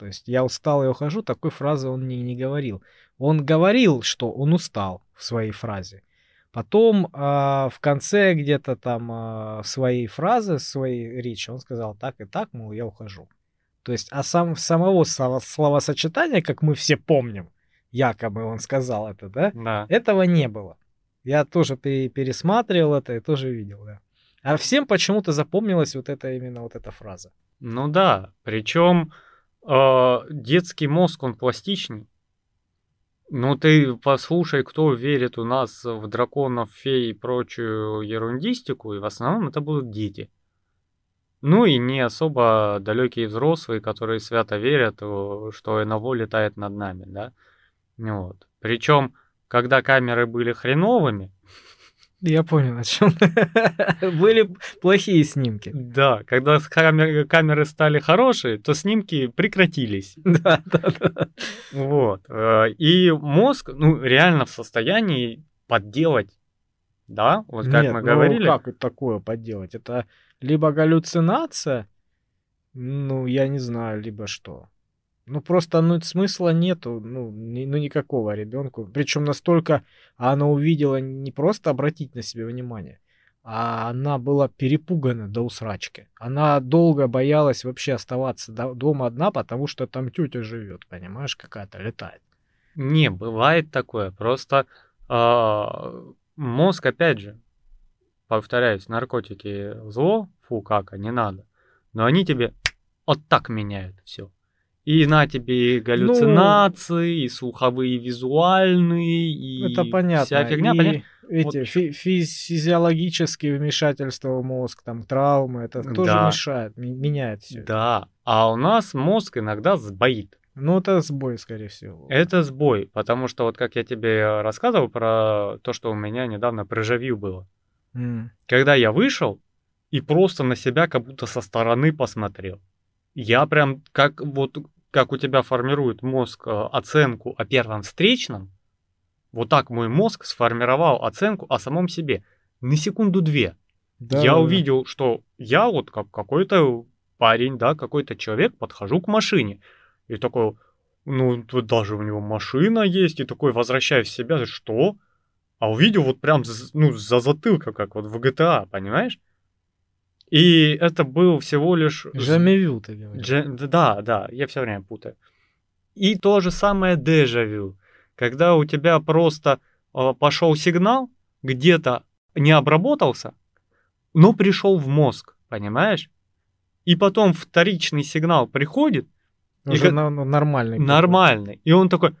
То есть я устал и ухожу, такой фразы он не, не говорил. Он говорил, что он устал в своей фразе. Потом а, в конце где-то там а, своей фразы, своей речи он сказал так и так, мол, я ухожу. То есть, а сам, самого слова- словосочетания, как мы все помним, якобы он сказал это, да, Да. этого не было. Я тоже пере- пересматривал это и тоже видел, да. А всем почему-то запомнилась вот эта именно вот эта фраза. Ну да, причем э, детский мозг, он пластичный. Ну ты послушай, кто верит у нас в драконов, фей и прочую ерундистику, и в основном это будут дети. Ну и не особо далекие взрослые, которые свято верят, э, что эн эл о летает над нами, да. Вот. Причем, когда камеры были хреновыми, Я понял, о чем. Были плохие снимки. да, когда с камер- камеры стали хорошие, то снимки прекратились. Да, да, да. Вот. э, И мозг, ну, реально в состоянии подделать, да, вот как Нет, мы ну говорили. как это такое подделать? Это либо галлюцинация, ну, я не знаю, либо что. Ну, просто, ну, смысла нету, ну, ни- ну никакого ребенку. Причем настолько она увидела не просто обратить на себя внимание, а она была перепугана до усрачки. Она долго боялась вообще оставаться до- дома одна, потому что там тетя живет, понимаешь, какая-то летает. Не, бывает такое. Просто а, мозг, опять же, повторяюсь, наркотики зло, фу, кака, не надо. Но они тебе вот так меняют все. И на тебе и Ну, галлюцинации, и слуховые, и визуальные, это и вся понятно. фигня, понятно? И Вот, эти чё- фи- физ- физиологические вмешательства в мозг, там, травмы, это тоже да, мешает, ми- меняет все это. да. А у нас мозг иногда сбоит. Ну, это сбой, скорее всего. Это сбой, потому что вот как я тебе рассказывал про то, что у меня недавно прежавью было. М. Когда я вышел и просто на себя как будто со стороны посмотрел. Я прям как вот как у тебя формирует мозг э, оценку о первом встречном, вот так мой мозг сформировал оценку о самом себе. На секунду-две. Я Да-да-да. увидел, что я вот как какой-то парень, да, какой-то человек, подхожу к машине. И такой, ну, тут даже у него машина есть. И такой возвращаюсь в себя, что? А увидел вот прям, з- ну, за затылка, как вот в джи ти эй, понимаешь? И это был всего лишь... с- Жамевю, ты говоришь. дже- Да, да, я все время путаю. И то же самое дежавю. Когда у тебя просто э, пошел сигнал, где-то не обработался, но пришел в мозг, понимаешь? И потом вторичный сигнал приходит, и Уже ка- на- на- нормальный. какой-то. нормальный. И он такой,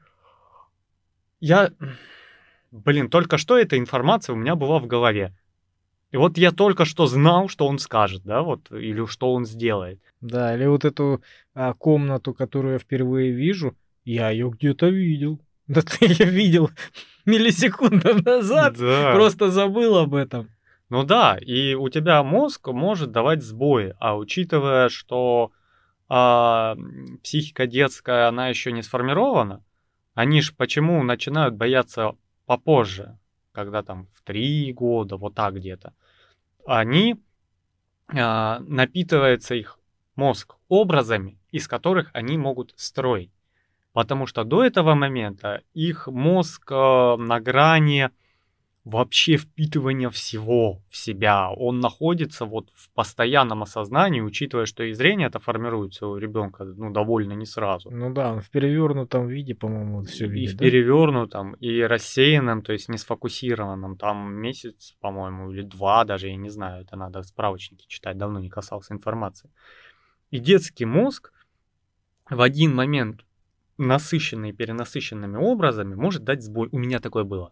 я, блин, только что эта информация у меня была в голове. И вот я только что знал, что он скажет, да, вот, или что он сделает. Да, или вот эту а, комнату, которую я впервые вижу, я ее где-то видел. Да ты ее видел миллисекунду назад, Да. просто забыл об этом. Ну да, и у тебя мозг может давать сбои, а учитывая, что а, м, психика детская, она еще не сформирована, они ж почему начинают бояться попозже, когда там в три года, вот так где-то. Они, а, напитывается их мозг образами, из которых они могут строить. Потому что до этого момента их мозг э, на грани вообще впитывания всего в себя. Он находится вот в постоянном осознании, учитывая, что и зрение это формируется у ребенка, ну, довольно не сразу. Ну да, он в перевернутом виде, по-моему, все И видит, в да? перевернутом, и рассеянном, то есть не сфокусированном. Там месяц, по-моему, или два даже, я не знаю, это надо справочники читать, давно не касался информации. И детский мозг в один момент, насыщенный перенасыщенными образами, может дать сбой. У меня такое было.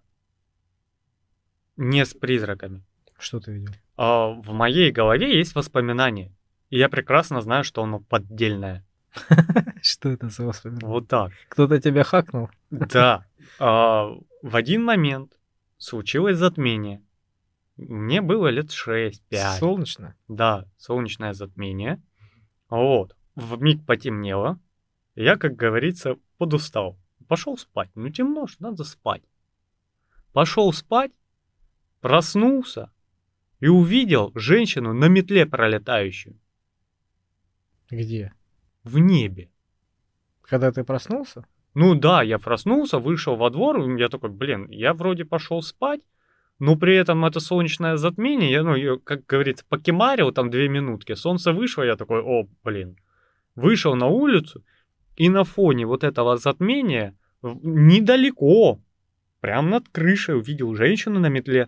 Не с призраками. Что ты видел? А в моей голове есть воспоминание. И я прекрасно знаю, что оно поддельное. Что это за воспоминание? Вот так. Кто-то тебя хакнул? Да. А, в один момент случилось затмение. Мне было лет шесть-пять. Солнечно? Да, солнечное затмение. Вот. Вмиг потемнело. Я, как говорится, подустал. Пошел спать. Ну темно ж, надо спать. Пошел спать, проснулся и увидел женщину на метле пролетающую Где? в небе. Когда ты проснулся? Ну да, я проснулся, вышел во двор, и я такой, блин, я вроде пошел спать, но при этом это солнечное затмение, я, ну, я, как говорится, покемарил там две минутки, солнце вышло, я такой, о, блин. Вышел на улицу, и на фоне вот этого затмения недалеко, прямо над крышей, увидел женщину на метле.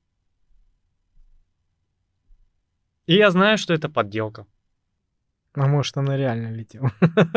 И я знаю, что это подделка. А может, она реально летела?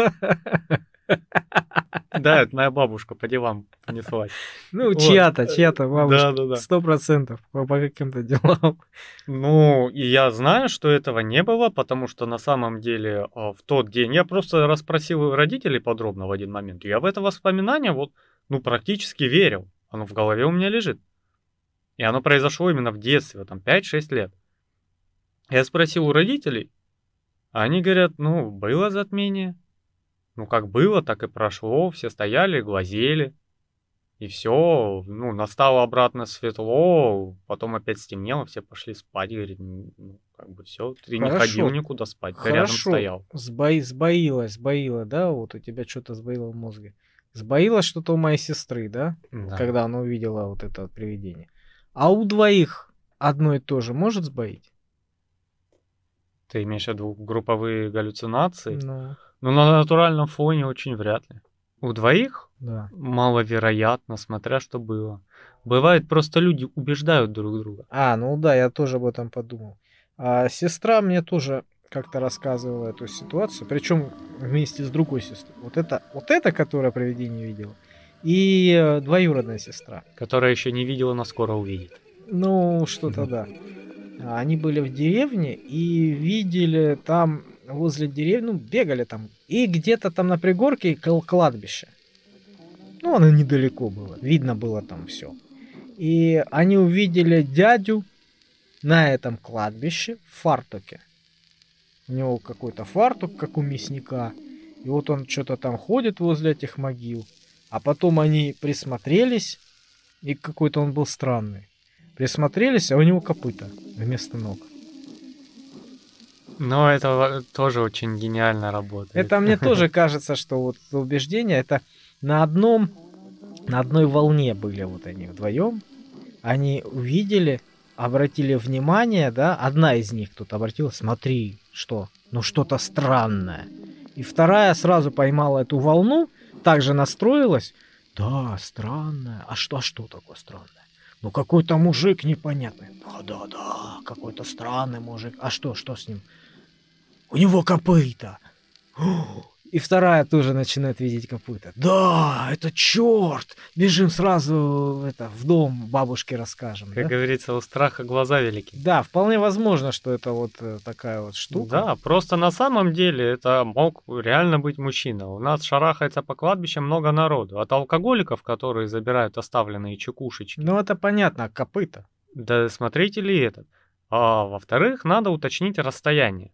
Да, это моя бабушка по делам понеслась. Ну, чья-то, чья-то бабушка. Да, да, да. Сто процентов по каким-то делам. Ну, и я знаю, что этого не было, потому что на самом деле в тот день я просто расспросил родителей подробно в один момент. Я в это воспоминание вот, ну, практически верил. Оно в голове у меня лежит. И оно произошло именно в детстве, там, пять-шесть лет. Я спросил у родителей, а они говорят, ну, было затмение. Ну, как было, так и прошло, все стояли, глазели. И все, ну, настало обратно светло, потом опять стемнело, все пошли спать, говорит, ну, как бы все, ты не ходил никуда спать, ты рядом стоял. Сбои, сбоило, сбоило, да, вот у тебя что-то сбоило в мозге. Сбоило что-то у моей сестры, да, Да. когда она увидела вот это вот привидение. А у двоих одно и то же может сбоить? Ты имеешь в виду групповые галлюцинации? Ну, Ну, на натуральном фоне очень вряд ли. У двоих да. маловероятно, смотря что было. Бывает, просто люди убеждают друг друга. А, ну да, я тоже об этом подумал. А сестра мне тоже как-то рассказывала эту ситуацию, причем вместе с другой сестрой. Вот это, вот это, которая привидение видела, и э, двоюродная сестра. Которая еще не видела, но скоро увидит. Ну, что-то да. А, Они были в деревне и видели там возле деревни, ну, бегали там. И где-то там на пригорке кл- кладбище. Ну, оно недалеко было. Видно было там все. И они увидели дядю на этом кладбище в фартуке. У него какой-то фартук, как у мясника. И вот он что-то там ходит возле этих могил. А потом они присмотрелись, и какой-то он был странный. Присмотрелись, а у него копыта вместо ног. Но это тоже очень гениально работает. Это мне тоже кажется, что вот убеждения это на одном, на одной волне были вот они вдвоем. Они увидели, обратили внимание, да, одна из них тут обратила, смотри, что, ну что-то странное. И вторая сразу поймала эту волну, также настроилась, да, странное, а что, а что такое странное? Ну какой-то мужик непонятный, да-да-да, какой-то странный мужик, а что, что с ним? У него копыта. И вторая тоже начинает видеть копыта. Да, это черт! Бежим сразу это, в дом, бабушке расскажем. Как да? говорится, у страха глаза велики. Да, вполне возможно, что это вот э, такая вот штука. Да, просто на самом деле это мог реально быть мужчина. У нас шарахается по кладбищам много народу. От алкоголиков, которые забирают оставленные чекушечки. Ну, это понятно, копыта. Да смотрите ли этот. А во-вторых, надо уточнить расстояние.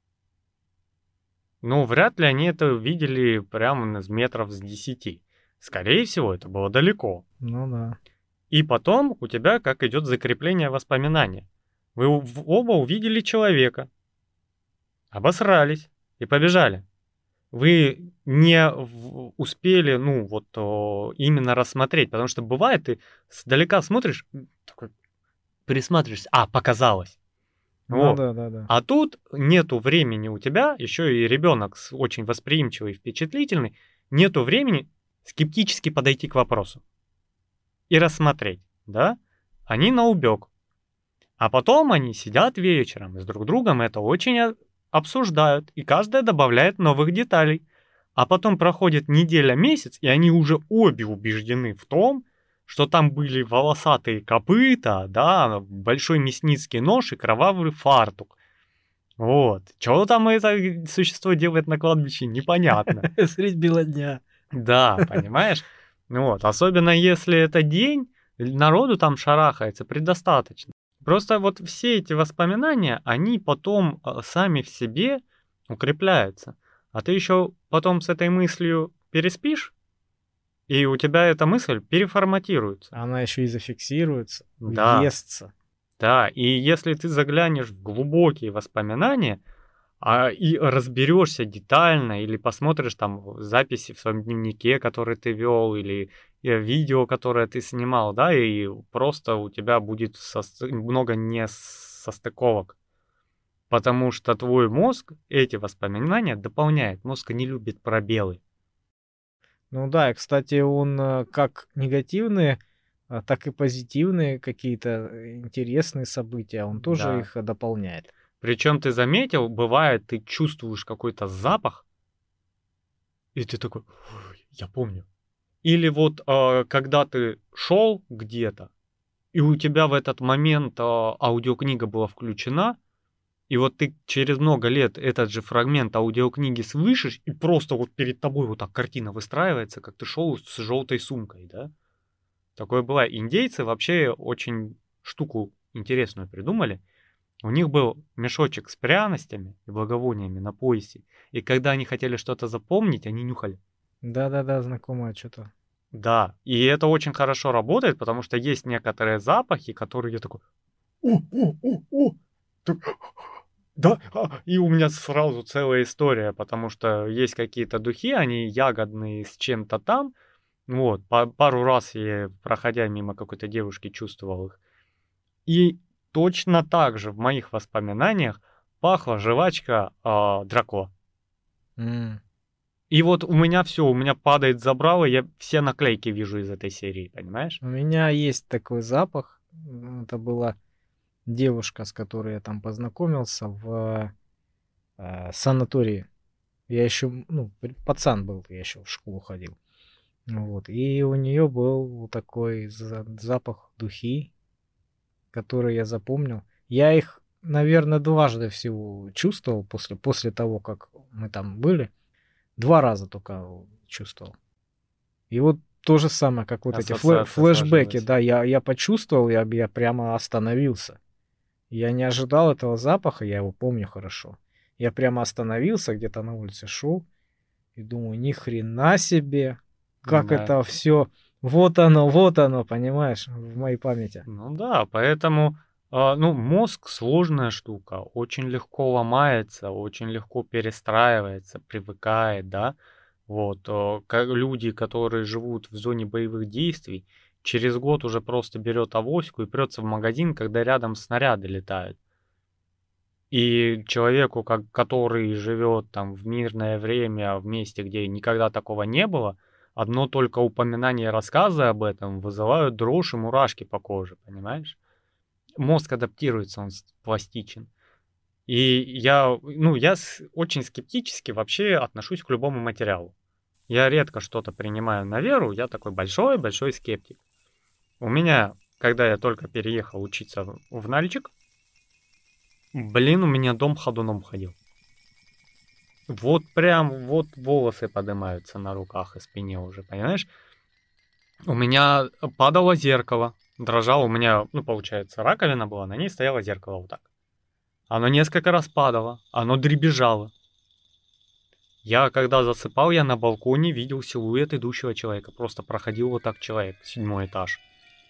Ну, вряд ли они это видели прямо из метров с десяти. Скорее всего, это было далеко. Ну да. И потом у тебя как идет закрепление воспоминания. Вы оба увидели человека, обосрались и побежали. Вы не успели, ну, вот именно рассмотреть, потому что бывает, ты сдалека смотришь, такой, присматриваешься, а, показалось. Ну Вот. да, да, да. А тут нету времени у тебя, еще и ребенок очень восприимчивый, впечатлительный, нету времени скептически подойти к вопросу и рассмотреть, да? Они наубег. А потом они сидят вечером и с друг другом это очень обсуждают, и каждая добавляет новых деталей. А потом проходит неделя, месяц, и они уже обе убеждены в том, что там были волосатые копыта, да, большой мясницкий нож и кровавый фартук. Вот. Что там это существо делает на кладбище, непонятно. Средь бела дня. Да, понимаешь? Вот. Особенно если это день, народу там шарахается предостаточно. Просто вот все эти воспоминания, они потом сами в себе укрепляются. А ты еще потом с этой мыслью переспишь, и у тебя эта мысль переформатируется. Она еще и зафиксируется, да. въестся. Да, и если ты заглянешь в глубокие воспоминания, А и разберешься детально, или посмотришь там записи в своем дневнике, который ты вел, или э, видео, которое ты снимал, да, и просто у тебя будет сос- много несостыковок. Потому что твой мозг эти воспоминания дополняет. Мозг не любит пробелы. Ну да, и, кстати, он э, как негативные, а, так и позитивные какие-то э, интересные события, он тоже Да. их э, дополняет. Причем ты заметил, бывает, ты чувствуешь какой-то запах, и ты такой, «Ой, я помню. Или вот а, когда ты шел где-то, и у тебя в этот момент а, аудиокнига была включена, и вот ты через много лет этот же фрагмент аудиокниги слышишь, и просто вот перед тобой вот так картина выстраивается, как ты шел с желтой сумкой, да? Такое бывает. Индейцы вообще очень штуку интересную придумали. У них был мешочек с пряностями и благовониями на поясе. И когда они хотели что-то запомнить, они нюхали. Да-да-да, знакомое что-то. Да, и это очень хорошо работает, потому что есть некоторые запахи, которые я такой, о, о, о, о, так, да, а, и у меня сразу целая история, потому что есть какие-то духи, они ягодные с чем-то там, вот, па- пару раз я, проходя мимо какой-то девушки, чувствовал их. И точно так же в моих воспоминаниях пахла жвачка а, Драко. М. И вот у меня все, у меня падает забрало, я все наклейки вижу из этой серии, понимаешь? У меня есть такой запах. м, Это была девушка, с которой я там познакомился в э, санатории. Я еще, ну, при- пацан был, я еще в школу ходил. Вот. И у нее был вот такой за- запах духи, который я запомнил. Я их, наверное, дважды всего чувствовал после, после того, как мы там были. Два раза только чувствовал. И вот то же самое, как вот эти флэ- Ассоциация флешбеки, сложилась. да, я, я почувствовал, я, я прямо остановился. Я не ожидал этого запаха, я его помню хорошо. Я прямо остановился, где-то на улице шел и думаю, ни хрена себе, как Да. это все, вот оно, вот оно, понимаешь, в моей памяти. Ну да, поэтому, а, ну, мозг сложная штука, очень легко ломается, очень легко перестраивается, привыкает, да. Вот, э, ка- люди, которые живут в зоне боевых действий, через год уже просто берет авоську и прется в магазин, когда рядом снаряды летают. И человеку, как, который живет там в мирное время, в месте, где никогда такого не было, одно только упоминание рассказы об этом вызывают дрожь и мурашки по коже, понимаешь? Мозг адаптируется, он с- пластичен. И я, ну, я с- очень скептически вообще отношусь к любому материалу. Я редко что-то принимаю на веру, я такой большой-большой скептик. У меня, когда я только переехал учиться в в Нальчик, блин, у меня дом ходуном ходил. Вот прям вот волосы поднимаются на руках и спине уже, понимаешь? У меня падало зеркало, дрожало, у меня, ну, получается, раковина была, на ней стояло зеркало вот так. Оно несколько раз падало, оно дребезжало. Я, когда засыпал, я на балконе видел силуэт идущего человека. Просто проходил вот так человек, седьмой этаж.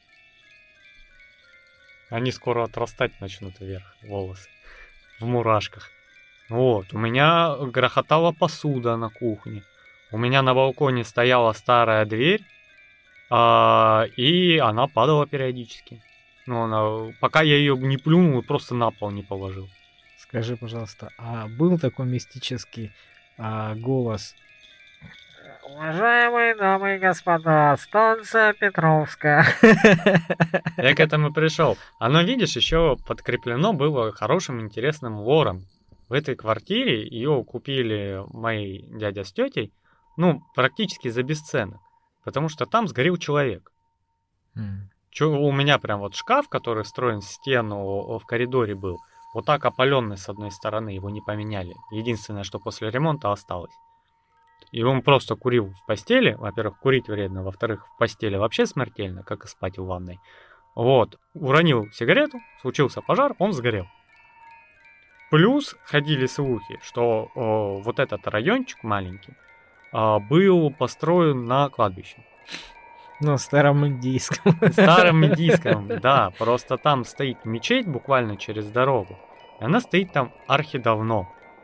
Они скоро отрастать начнут вверх, волосы, в мурашках. Вот, у меня грохотала посуда на кухне. У меня на балконе стояла старая дверь, а, и она падала периодически. Ну, она, пока я ее не плюнул и просто на пол не положил. Скажи, пожалуйста, а был такой мистический а, голос? Уважаемые дамы и господа, станция Петровская. Я к этому пришел. Оно, видишь, еще подкреплено было хорошим, интересным лором. В этой квартире ее купили мои дядя с тетей, ну, практически за бесценок. Потому что там сгорел человек. М. Чё, у меня прям вот шкаф, который встроен в стену в коридоре был, вот так опаленный с одной стороны, его не поменяли. Единственное, что после ремонта осталось. И он просто курил в постели. Во-первых, курить вредно. Во-вторых, в постели вообще смертельно, как и спать в ванной. Вот. Уронил сигарету, случился пожар, он сгорел. Плюс ходили слухи, что о, вот этот райончик маленький а, был построен на кладбище. Ну, старом индийском. Старым индийском, да, просто там стоит мечеть буквально через дорогу. И она стоит там архидавно.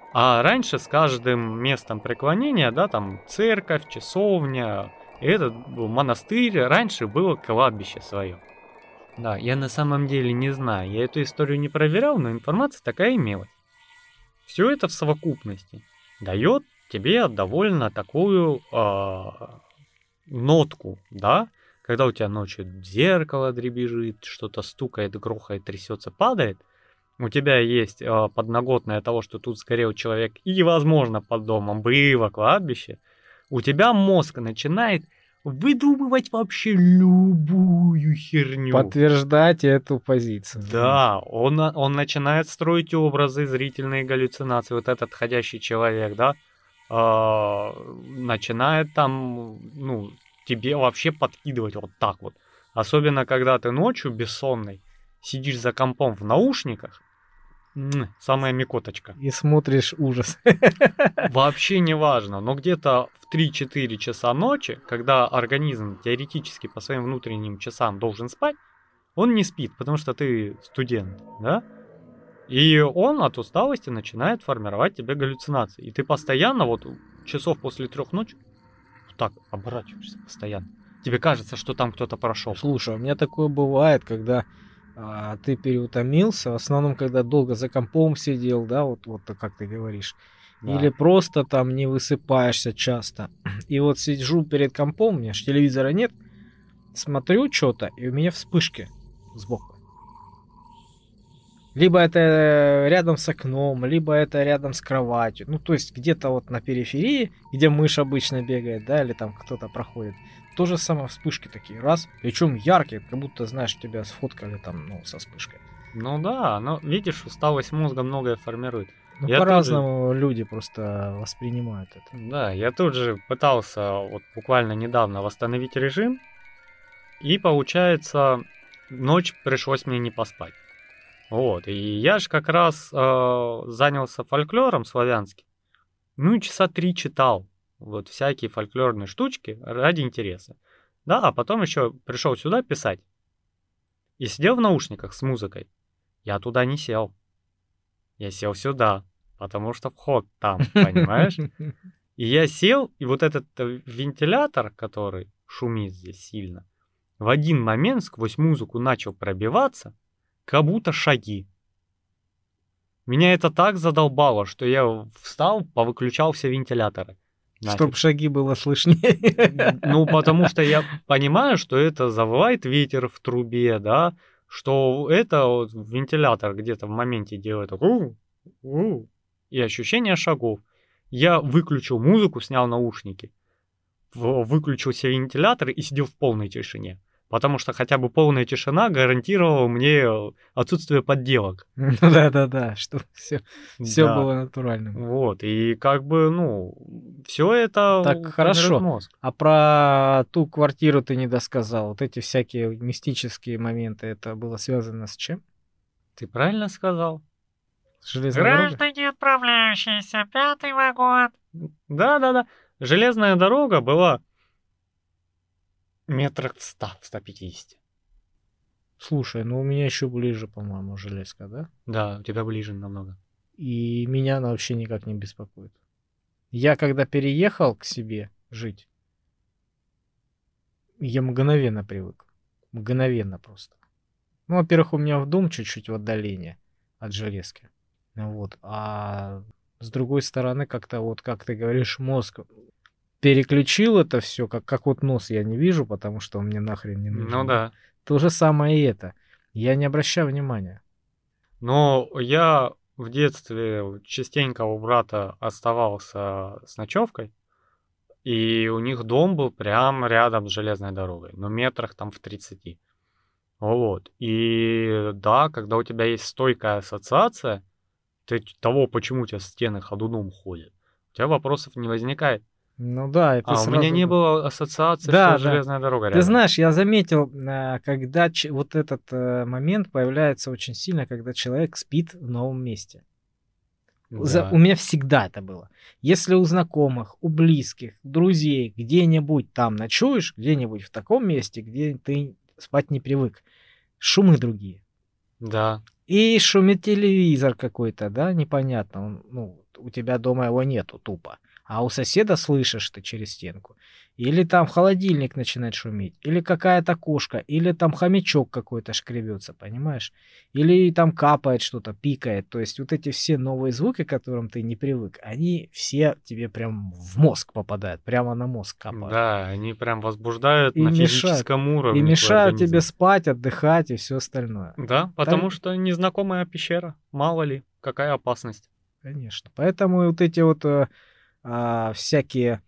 А раньше с каждым местом преклонения, да, там церковь, часовня, этот монастырь, раньше было кладбище свое. Да, я на самом деле не знаю, я эту историю не проверял, но информация такая имелась. Все это в совокупности дает тебе довольно такую э, нотку, да, когда у тебя ночью зеркало дребезжит, что-то стукает, грохает, трясется, падает, у тебя есть э, подноготное того, что тут сгорел человек, и, возможно, под домом было кладбище, у тебя мозг начинает выдумывать вообще любую херню. Подтверждать эту позицию. Да, он, он начинает строить образы, зрительные галлюцинации. Вот этот ходящий человек, да, э, начинает там, ну, тебе вообще подкидывать вот так вот. Особенно, когда ты ночью бессонный сидишь за компом в наушниках, м, самая микоточка. И смотришь ужас. Вообще не важно, но где-то в три-четыре часа ночи, когда организм теоретически по своим внутренним часам должен спать, он не спит, потому что ты студент, да? И он от усталости начинает формировать тебе галлюцинации. И ты постоянно, вот часов после трех ночи, так оборачиваешься постоянно. Тебе кажется, что там кто-то прошел. Слушай, у меня такое бывает, когда а, ты переутомился, в основном, когда долго за компом сидел, да, вот, вот как ты говоришь, Да. или просто там не высыпаешься часто. И вот сижу перед компом, у меня же телевизора нет, смотрю что-то, и у меня вспышки сбоку. Либо это рядом с окном, либо это рядом с кроватью. Ну, то есть где-то вот на периферии, где мышь обычно бегает, да, или там кто-то проходит. То же самое вспышки такие, раз. Причем яркие, как будто, знаешь, тебя сфоткали там, ну, со вспышкой. Ну да, но видишь, усталость мозга многое формирует. Ну, Я по-разному тоже... люди просто воспринимают это. Да, я тут же пытался вот буквально недавно восстановить режим. И получается, ночь пришлось мне не поспать. Вот, и я же как раз э, занялся фольклором славянским. Ну и часа три читал вот всякие фольклорные штучки ради интереса. Да, а потом еще пришел сюда писать. И сидел в наушниках с музыкой. Я туда не сел. Я сел сюда, потому что вход там, понимаешь? И я сел, и вот этот вентилятор, который шумит здесь сильно, в один момент сквозь музыку начал пробиваться, как будто шаги. Меня это так задолбало, что я встал, повыключал все вентиляторы. Чтоб шаги было слышнее. Ну, потому что я понимаю, что это завывает ветер в трубе, да, что это вот вентилятор где-то в моменте делает у, у, и ощущение шагов. Я выключил музыку, снял наушники, выключил все вентиляторы и сидел в полной тишине. Потому что хотя бы полная тишина гарантировала мне отсутствие подделок. Да-да-да, чтобы все, все Да. было натуральным. Вот, и как бы, ну, все это Так, формирует хорошо. мозг. А про ту квартиру ты не досказал. Вот эти всякие мистические моменты, это было связано с чем? Ты правильно сказал? С железной дорогой? Граждане, отправляющиеся пятый вагон. Да-да-да. Железная дорога была метрах в ста, в ста пятидесяти. Слушай, ну у меня еще ближе, по-моему, железка, да? Да, у тебя ближе намного. И меня она вообще никак не беспокоит. Я когда переехал к себе жить, я мгновенно привык. Мгновенно просто. Ну, во-первых, у меня в дом чуть-чуть в отдалении от железки. Вот. А с другой стороны, как-то вот, как ты говоришь, мозг переключил это все, как, как вот нос я не вижу, потому что он мне нахрен не нужен. Ну да. То же самое и это. Я не обращаю внимания. Но я в детстве частенько у брата оставался с ночевкой, и у них дом был прямо рядом с железной дорогой, но метрах там в тридцати. Вот. И да, когда у тебя есть стойкая ассоциация ты, того, почему у тебя стены ходуном ходят, у тебя вопросов не возникает. Ну да, это А сразу... у меня не было ассоциации, да, что да. железная дорога Ты рядом. знаешь, я заметил, когда вот этот момент появляется очень сильно, когда человек спит в новом месте. Да. За... У меня всегда это было. Если у знакомых, у близких, друзей где-нибудь там ночуешь, где-нибудь в таком месте, где ты спать не привык, шумы другие. Да. И шумит телевизор какой-то, да, непонятно. Он, ну, у тебя дома его нету тупо, а у соседа слышишь ты через стенку. Или там холодильник начинает шуметь, или какая-то кошка, или там хомячок какой-то шкребется, понимаешь? Или там капает что-то, пикает. То есть вот эти все новые звуки, к которым ты не привык, они все тебе прям в мозг попадают, прямо на мозг капают. Да, они прям возбуждают И на мешают. физическом уровне И твой мешают тебе организм. спать, отдыхать и все остальное. Да, потому Так, что незнакомая пещера. Мало ли, какая опасность. конечно. Поэтому и вот эти вот э, а, всякие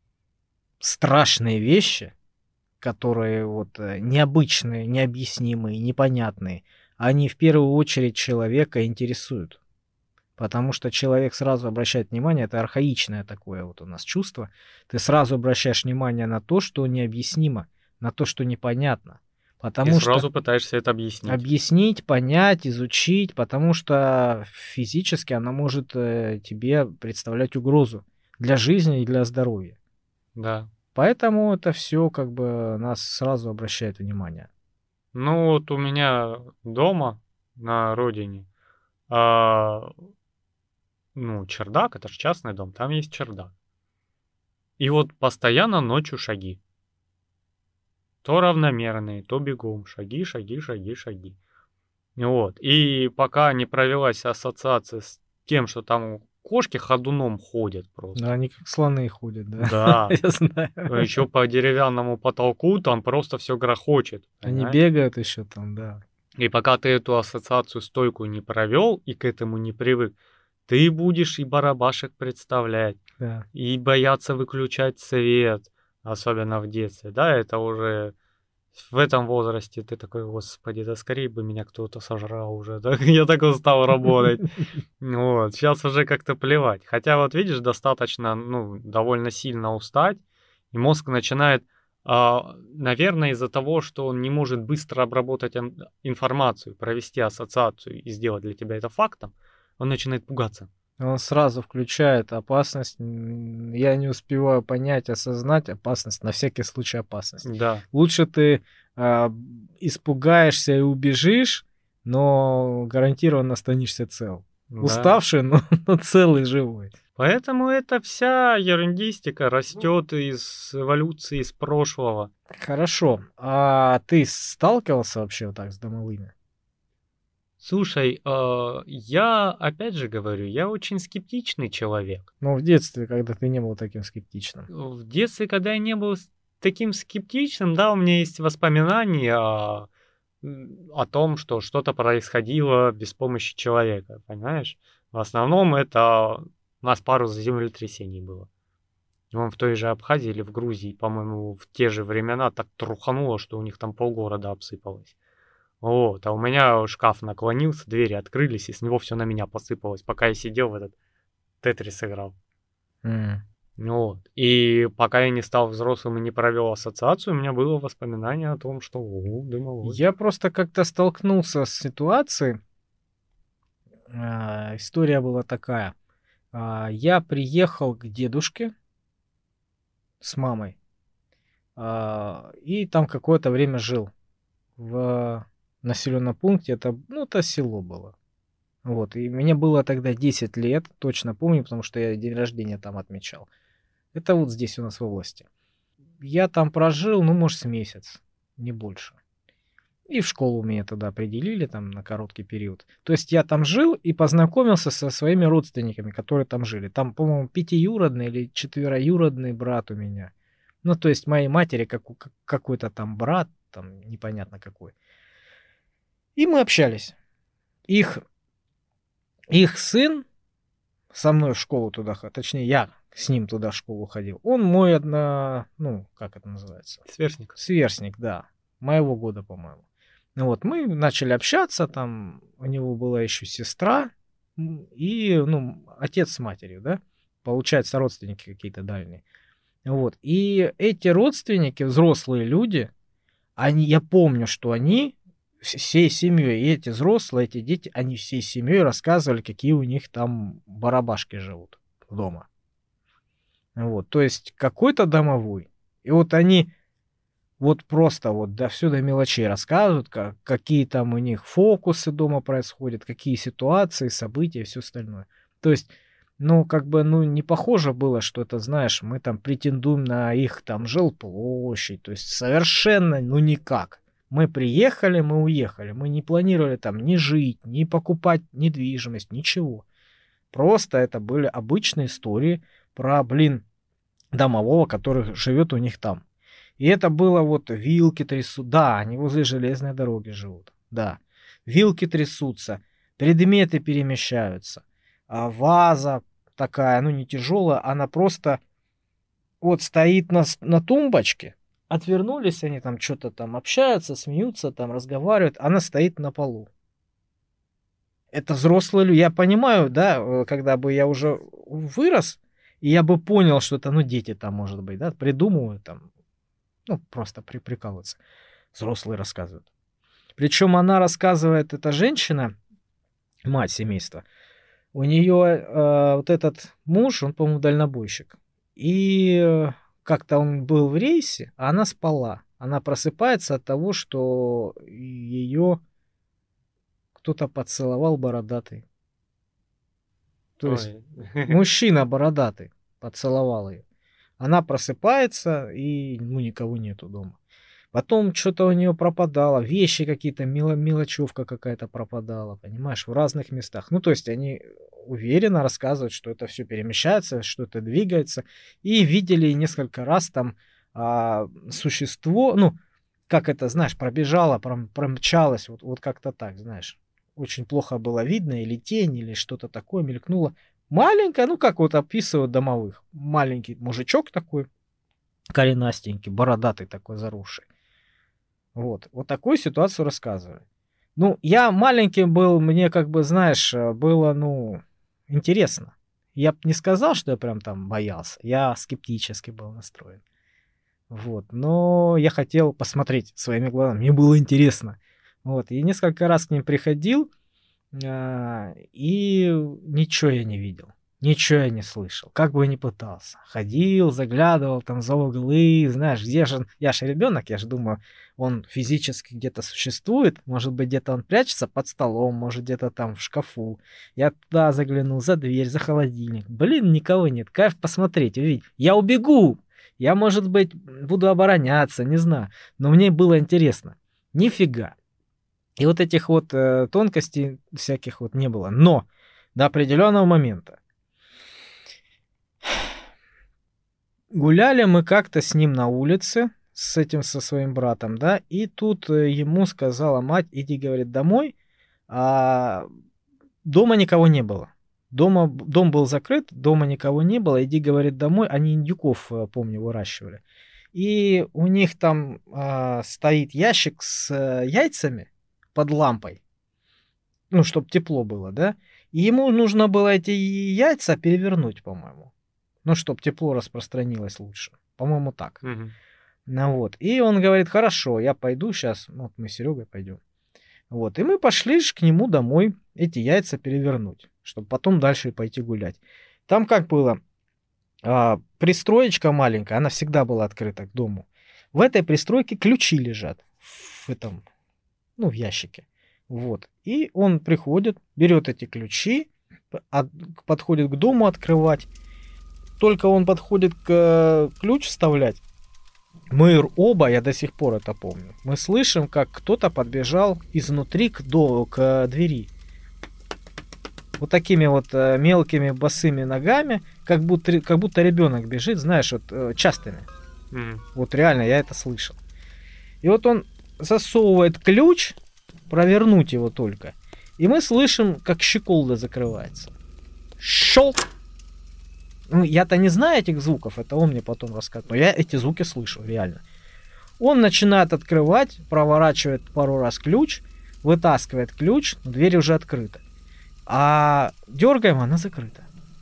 страшные вещи, которые вот э, необычные, необъяснимые, непонятные, они в первую очередь человека интересуют. Потому что человек сразу обращает внимание, это архаичное такое вот у нас чувство, ты сразу обращаешь внимание на то, что необъяснимо, на то, что непонятно. И Потому что сразу пытаешься это объяснить. объяснить, понять, изучить, потому что физически она может э, тебе представлять угрозу для жизни и для здоровья. Да. Поэтому это все как бы нас сразу обращает внимание. Ну вот у меня дома на родине, а, ну, чердак, это же частный дом, там есть чердак. И вот постоянно ночью шаги. То равномерные, то бегом. Шаги, шаги, шаги, шаги. Вот. И пока не провелась ассоциация с тем, что там кошки ходуном ходят Да, просто. они как слоны ходят, да. Да. Я знаю. Еще по деревянному потолку там просто все грохочет. Они Понимаешь? бегают еще там, да. И пока ты эту ассоциацию стойкую не провел и к этому не привык, ты будешь и барабашек представлять, Да. и бояться выключать свет, особенно в детстве, да, это уже в этом возрасте ты такой, господи, да скорее бы меня кто-то сожрал уже, да, я так устал работать. Вот, сейчас уже как-то плевать. Хотя вот видишь, достаточно, ну, довольно сильно устать, и мозг начинает, а, наверное, из-за того, что он не может быстро обработать ин- информацию, провести ассоциацию и сделать для тебя это фактом, он начинает пугаться. Он сразу включает опасность. М, Я не успеваю понять, осознать опасность, на всякий случай опасность. Да, Лучше ты а, испугаешься и убежишь, но гарантированно останешься цел. да. Уставший, но, но целый, живой. Поэтому эта вся ерундистика растет из эволюции, из прошлого. Хорошо. А ты сталкивался вообще вот так с домовыми? Слушай, а, я опять же говорю, я очень скептичный человек. Ну, в детстве, когда ты не был таким скептичным. В детстве, когда я не был с- таким скептичным, да, у меня есть воспоминания о, м, о том, что что-то происходило без помощи человека, понимаешь? В основном это у нас пару землетрясений было. Вон в той же Абхазии или в Грузии, по-моему, в те же времена так трухануло, что у них там полгорода обсыпалось. Вот, а у меня шкаф наклонился, двери открылись, и с него все на меня посыпалось, пока я сидел в этот Тетрис играл. М. Вот. И пока я не стал взрослым и не провел ассоциацию, у меня было воспоминание о том, что о, дымовой. Я просто как-то столкнулся с ситуацией. а, История была такая. А, Я приехал к дедушке с мамой. а, И там какое-то время жил в населенном пункте. Это, ну, это село было. Вот. И мне было тогда десять лет, точно помню, потому что я день рождения там отмечал. Это вот здесь у нас в области. Я там прожил, ну, может, с месяц, не больше. И в школу меня туда определили там на короткий период. То есть я там жил и познакомился со своими родственниками, которые там жили. Там, по-моему, пятиюродный или четвероюродный брат у меня. Ну, то есть моей матери как, у- как- какой-то там брат, там непонятно какой. И мы общались. Их, их сын со мной в школу туда, ходил, точнее, я с ним туда в школу ходил. Он мой одно, ну, как это называется? Сверстник. Сверстник, да. Моего года, по-моему. Ну вот, мы начали общаться, там у него была еще сестра м, и, ну, отец с матерью, да? Получается, родственники какие-то дальние. Вот. И эти родственники, взрослые люди, они, я помню, что они вс- всей семьей, и эти взрослые, эти дети, они всей семьей рассказывали, какие у них там барабашки живут дома. Вот. То есть какой-то домовой. И вот они вот просто вот до все до мелочей рассказывают, как, какие там у них фокусы дома происходят, какие ситуации, события и все остальное. То есть ну, как бы, ну, не похоже было, что это, знаешь, мы там претендуем на их там жилплощадь. То есть совершенно, ну, никак. Мы приехали, мы уехали. Мы не планировали там ни жить, ни покупать недвижимость, ничего. Просто это были обычные истории про, блин, домового, который живет у них там. И это было вот вилки трясут. Да, они возле железной дороги живут. Да. Вилки трясутся, предметы перемещаются. А ваза такая, ну не тяжелая, она просто вот стоит на, на тумбочке. Отвернулись они там, что-то там общаются, смеются, там разговаривают. Она стоит на полу. Это взрослые люди. Я понимаю, да, когда бы я уже вырос, и я бы понял, что это, ну, дети там, может быть, да, придумывают там, ну, просто при, прикалываются. Взрослые рассказывают. Причем она рассказывает, эта женщина, мать семейства, у нее э, вот этот муж, он, по-моему, дальнобойщик. И э, как-то он был в рейсе, а она спала. Она просыпается от того, что ее кто-то поцеловал бородатый. То есть Ой. мужчина бородатый поцеловал ее. Она просыпается, и ну, никого нету дома. Потом что-то у нее пропадало, вещи какие-то, мело- мелочевка какая-то пропадала, понимаешь, в разных местах. Ну, то есть они уверенно рассказывают, что это все перемещается, что это двигается. И видели несколько раз там а, существо, ну, как это, знаешь, пробежало, пром- промчалось, вот, вот как-то так, знаешь. Очень плохо было видно, или тень, или что-то такое мелькнуло. Маленькая, ну, как вот описывают домовых. Маленький мужичок такой, коренастенький, бородатый такой, заросший. Вот, вот такую ситуацию рассказывали. Ну, я маленьким был, мне как бы, знаешь, было, ну, интересно. Я бы не сказал, что я прям там боялся. Я скептически был настроен. Вот, но я хотел посмотреть своими глазами. Мне было интересно. Вот, и несколько раз к ним приходил, а, и ничего я не видел. Ничего я не слышал, как бы я ни пытался. Ходил, заглядывал там за углы, знаешь, где же он? Я же ребенок, я же думаю, он физически где-то существует, может быть, где-то он прячется под столом, может, где-то там в шкафу. Я туда заглянул, за дверь, за холодильник. Блин, никого нет, кайф посмотреть, увидеть. Я убегу, я, может быть, буду обороняться, не знаю, но мне было интересно. Нифига. И вот этих вот э, тонкостей всяких вот не было. Но до определенного момента гуляли мы как-то с ним на улице, с этим, со своим братом, да, и тут ему сказала мать, иди, говорит, домой, а дома никого не было. Дома, дом был закрыт, дома никого не было, иди, говорит, домой, они индюков, помню, выращивали. И у них там а, стоит ящик с а, яйцами под лампой, ну, чтобы тепло было, да, и ему нужно было эти яйца перевернуть, по-моему. Ну, чтобы тепло распространилось лучше. По-моему, так. Мгм. Ну вот. И он говорит, хорошо, я пойду сейчас. Вот мы с Серегой пойдем. Вот. И мы пошли ж к нему домой эти яйца перевернуть, чтобы потом дальше пойти гулять. Там как было? А, пристроечка маленькая, она всегда была открыта к дому. В этой пристройке ключи лежат. В этом, ну, в ящике. Вот. И он приходит, берет эти ключи, от- подходит к дому открывать. Только он подходит к э, ключ вставлять, мы оба, я до сих пор это помню, мы слышим, как кто-то подбежал изнутри к, до, к двери. Вот такими вот э, мелкими босыми ногами, как будто, как будто ребенок бежит, знаешь, вот э, частыми. Мгм. Вот реально, я это слышал. И вот он засовывает ключ, провернуть его только, и мы слышим, как щеколда закрывается. Щелк! Ну, я-то не знаю этих звуков, это он мне потом рассказывает, но я эти звуки слышу, реально. Он начинает открывать, проворачивает пару раз ключ, вытаскивает ключ, но дверь уже открыта. А дергаем, она закрыта.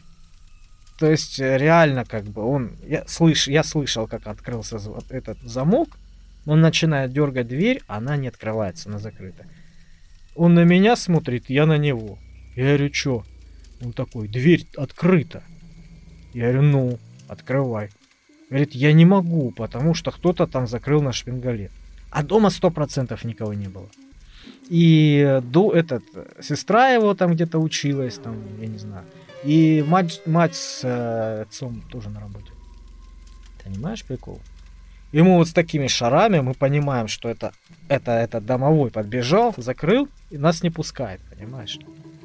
То есть реально как бы он, я, слыш, я слышал, как открылся этот замок, он начинает дергать дверь, она не открывается, она закрыта. Он на меня смотрит, я на него. Я говорю, что? Он такой, дверь открыта. Я говорю, ну, открывай. Говорит, я не могу, потому что кто-то там закрыл наш шпингалет. А дома сто процентов никого не было. И до, этот, сестра его там где-то училась, там, я не знаю, И мать, мать с э, отцом тоже на работе. Понимаешь прикол? И мы вот с такими шарами, мы понимаем, что это, это, это домовой подбежал, закрыл и нас не пускает, понимаешь?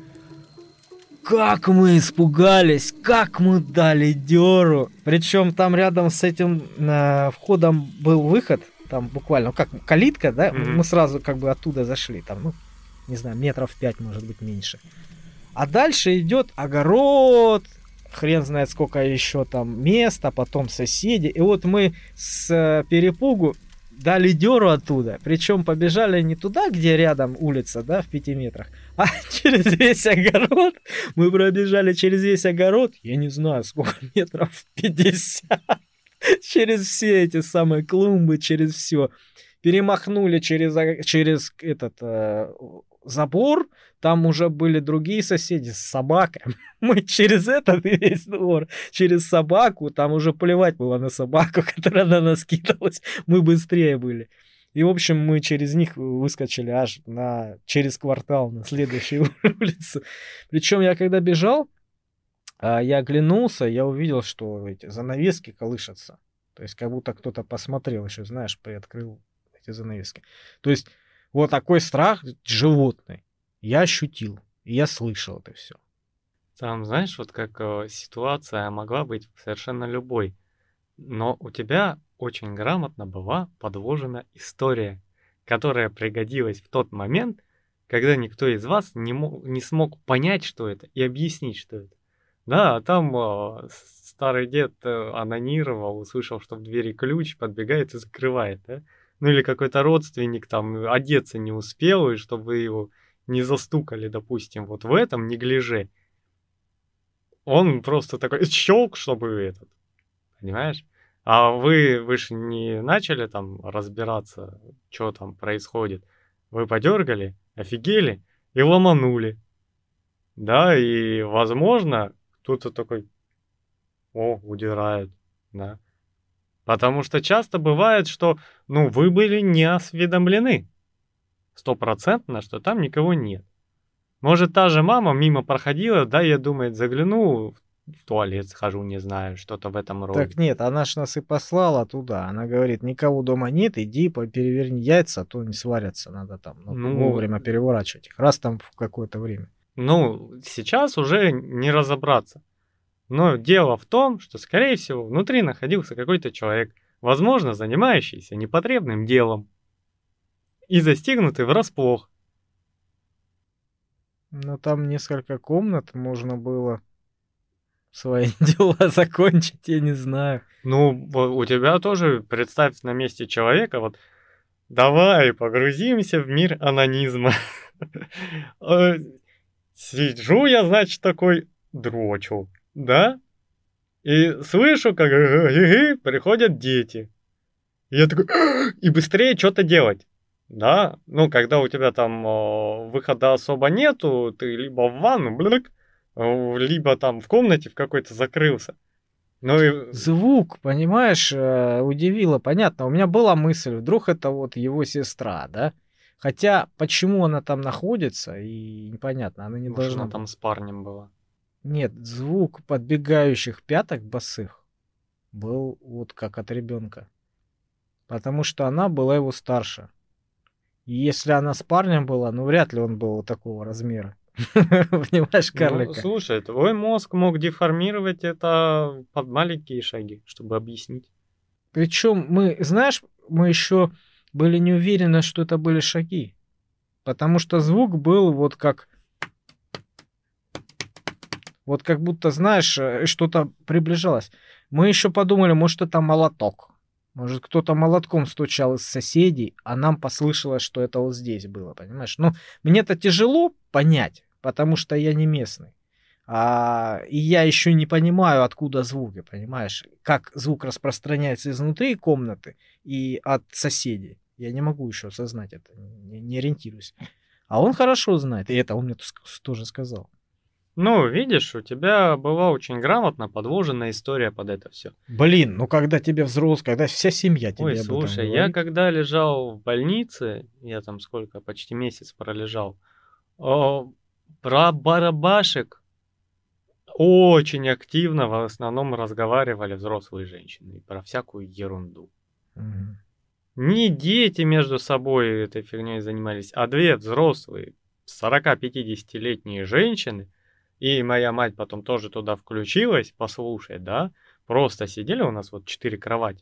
Как мы испугались, как мы дали дёру. Причем там рядом с этим э, входом был выход, там буквально, ну как, калитка, да? Мгм. Мы сразу как бы оттуда зашли, там, ну, не знаю, метров пять, может быть, меньше. А дальше идет огород, хрен знает сколько еще там места, потом соседи. И вот мы с э, перепугу дали дёру оттуда. Причем побежали не туда, где рядом улица, да, в пяти метрах, а через весь огород. Мы пробежали через весь огород, я не знаю, сколько метров, пятьдесят. Через все эти самые клумбы, через все. Перемахнули через, о- через этот э, забор. Там уже были другие соседи с собакой. Мы через этот весь двор, через собаку, там уже плевать было на собаку, которая на нас кидалась. Мы быстрее были. И, в общем, мы через них выскочили аж на, через квартал на следующую улицу. Причем я когда бежал, а, я оглянулся, я увидел, что эти занавески колышутся. То есть как будто кто-то посмотрел еще, знаешь, приоткрыл эти занавески. То есть вот такой страх животный я ощутил, и я слышал это все. Там, знаешь, вот как э, ситуация могла быть совершенно любой. Но у тебя очень грамотно была подложена история, которая пригодилась в тот момент, когда никто из вас не, мог, не смог понять, что это, и объяснить, что это. Да, а там э, с- старый дед э, анонировал, услышал, что в двери ключ, подбегает и закрывает, да? Ну или какой-то родственник там одеться не успел, и чтобы вы его не застукали, допустим, вот в этом неглиже. Он просто такой щелк, чтобы этот, понимаешь? А вы, вы ж не начали там разбираться, что там происходит. Вы подергали, офигели и ломанули. Да, и возможно, кто-то такой, о, удирает, да. Потому что часто бывает, что, ну, вы были не осведомлены стопроцентно, что там никого нет. Может, та же мама мимо проходила, да, я думаю, загляну в туалет, схожу, не знаю, что-то в этом роде. Так нет, она ж нас и послала туда. Она говорит, никого дома нет, иди по- переверни яйца, а то не сварятся, надо там ну, Ну, вовремя переворачивать их. Раз там в какое-то время. ну, сейчас уже не разобраться. Но дело в том, что, скорее всего, внутри находился какой-то человек, возможно, занимающийся непотребным делом и застигнутый врасплох. Но там несколько комнат, можно было свои дела закончить, я не знаю. Ну, во- у тебя тоже, представь на месте человека, вот, давай погрузимся в мир анонизма. Э, Сижу я, значит, такой дрочу, да? И слышу, как «Гэ-гэ-гэ-гэ» приходят дети. И я такой, и быстрее что-то делать. Да, ну, когда у тебя там э, выхода особо нету, ты либо в ванну, блик, э, либо там в комнате в какой-то закрылся. Ну и, Звук, понимаешь, э, удивило. Понятно, у меня была мысль, вдруг это вот его сестра, да? Хотя, почему она там находится, и непонятно, она не может, должна она была. там с парнем была. Нет, звук подбегающих пяток босых был вот как от ребенка. Потому что она была его старше. И если она с парнем была, ну вряд ли он был вот такого размера. Понимаешь, Ну, карлика? слушай, твой мозг мог деформировать это под маленькие шаги, чтобы объяснить. Причем мы, знаешь, мы еще были не уверены, что это были шаги. Потому что звук был вот как... Вот как будто, знаешь, э, что-то приближалось. Мы еще подумали, может, это молоток. Может, кто-то молотком стучал из соседей, а нам послышалось, что это вот здесь было, понимаешь? Ну, мне-то тяжело понять, потому что я не местный. А, и я еще не понимаю, откуда звуки, понимаешь? Как звук распространяется изнутри комнаты и от соседей. Я не могу еще осознать это, не, не ориентируюсь. А он хорошо знает, и это он мне тус- тоже сказал. Ну, видишь, у тебя была очень грамотно подложена история под это все. Блин, ну когда тебе взрослый, когда вся семья тебе Ой, об этом слушай, я говорит. когда лежал в больнице, я там сколько, почти месяц пролежал, о, про барабашек очень активно в основном разговаривали взрослые женщины про всякую ерунду. Мгм. Не дети между собой этой фигней занимались, а две взрослые сорок-пятидесятилетние женщины, и моя мать потом тоже туда включилась, послушать, да, просто сидели у нас вот четыре кровати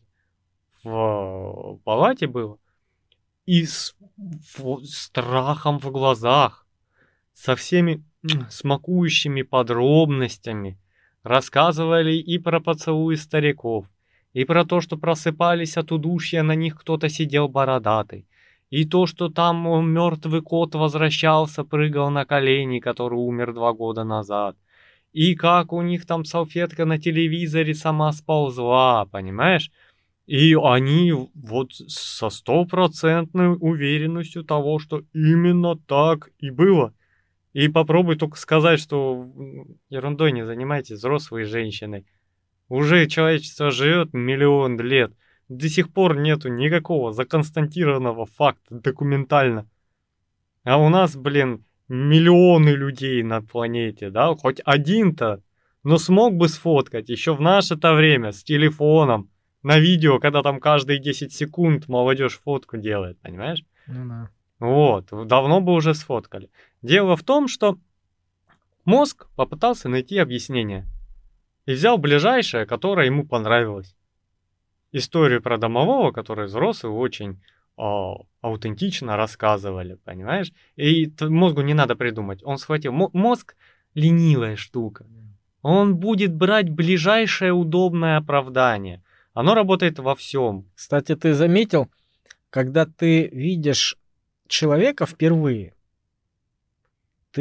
в палате было, и с в страхом в глазах, со всеми смакующими подробностями рассказывали и про поцелуи стариков, и про то, что просыпались от удушья, на них кто-то сидел бородатый, и то, что там мертвый кот возвращался, прыгал на колени, который умер два года назад, и как у них там салфетка на телевизоре сама сползла, понимаешь? И они вот со стопроцентной уверенностью того, что именно так и было. И попробуй только сказать, что м, ерундой не занимайтесь, взрослые женщины. Уже человечество живет миллион лет. До сих пор нету никакого законстатированного факта документально. А у нас, блин, миллионы людей на планете, да? Хоть один-то, но смог бы сфоткать еще в наше-то время с телефоном на видео, когда там каждые десять секунд молодежь фотку делает, понимаешь? Ну да. Вот, давно бы уже сфоткали. Дело в том, что мозг попытался найти объяснение. И взял ближайшее, которое ему понравилось. Историю про домового, которую взрослые очень а, аутентично рассказывали, понимаешь? И т- мозгу не надо придумать. Он схватил. Мо- мозг ленивая штука. Он будет брать ближайшее удобное оправдание. Оно работает во всем. Кстати, ты заметил, когда ты видишь человека впервые, ты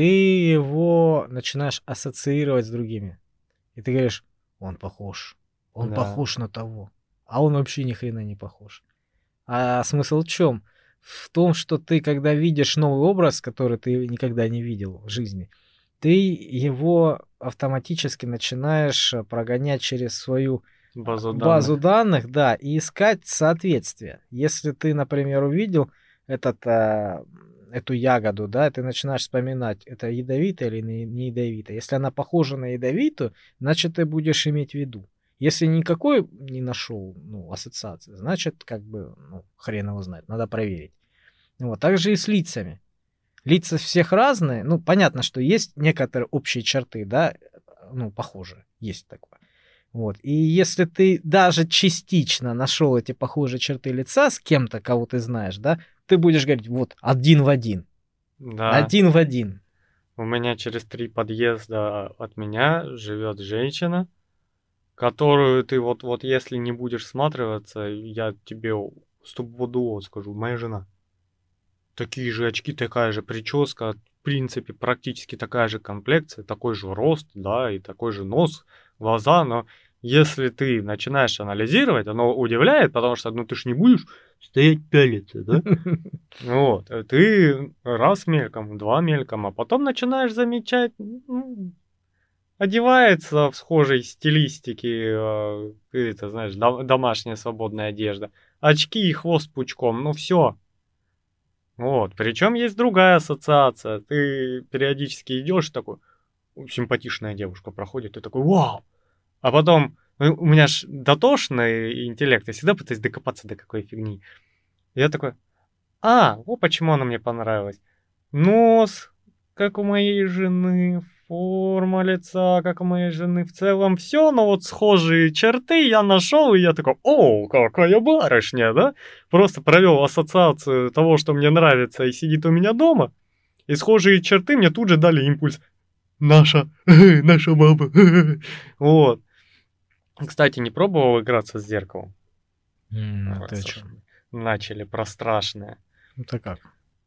его начинаешь ассоциировать с другими. И ты говоришь, он похож, он Да. похож на того, а он вообще ни хрена не похож. А смысл в чем? В том, что ты, когда видишь новый образ, который ты никогда не видел в жизни, ты его автоматически начинаешь э, прогонять через свою Базу данных. базу данных, да, и искать соответствие. Если ты, например, увидел этот, а, эту ягоду, да, ты начинаешь вспоминать, это ядовитая или не не ядовитая. Если она похожа на ядовитую, значит, ты будешь иметь в виду. Если никакой не нашел, ну, ассоциации, значит, как бы, ну, хрен его знает, надо проверить. Вот, так же и с лицами. Лица всех разные, ну, понятно, что есть некоторые общие черты, да, ну, похожие, есть такое. Вот. И если ты даже частично нашел эти похожие черты лица с кем-то, кого ты знаешь, да, ты будешь говорить, вот, один в один. Да. Один в один. У меня через три подъезда от меня живет женщина, которую ты вот, вот если не будешь всматриваться, я тебе стопудово скажу, моя жена. Такие же очки, такая же прическа, в принципе, практически такая же комплекция, такой же рост, да, и такой же нос, глаза, но если ты начинаешь анализировать, оно удивляет, потому что, ну, ты ж не будешь стоять пялиться, да? Вот, э, ты раз мельком, два мельком, а потом начинаешь замечать, ну, одевается в схожей стилистике, э, ты это знаешь, до- домашняя свободная одежда, очки и хвост пучком, ну все. Вот, причем есть другая ассоциация. Ты периодически идешь такой, «О, симпатичная девушка проходит, ты такой, вау! А потом, ну, у меня ж дотошный интеллект, я всегда пытаюсь докопаться до какой фигни. Я такой, а, вот почему она мне понравилась. Нос, как у моей жены, форма лица, как у моей жены, в целом все, но вот схожие черты я нашел, и я такой, о, какая барышня, да? Просто провел ассоциацию того, что мне нравится и сидит у меня дома, и схожие черты мне тут же дали импульс. Наша, наша баба. Вот. Кстати, не пробовал играться с зеркалом? М, Раз ты о уж чём? начали про страшное. Это как?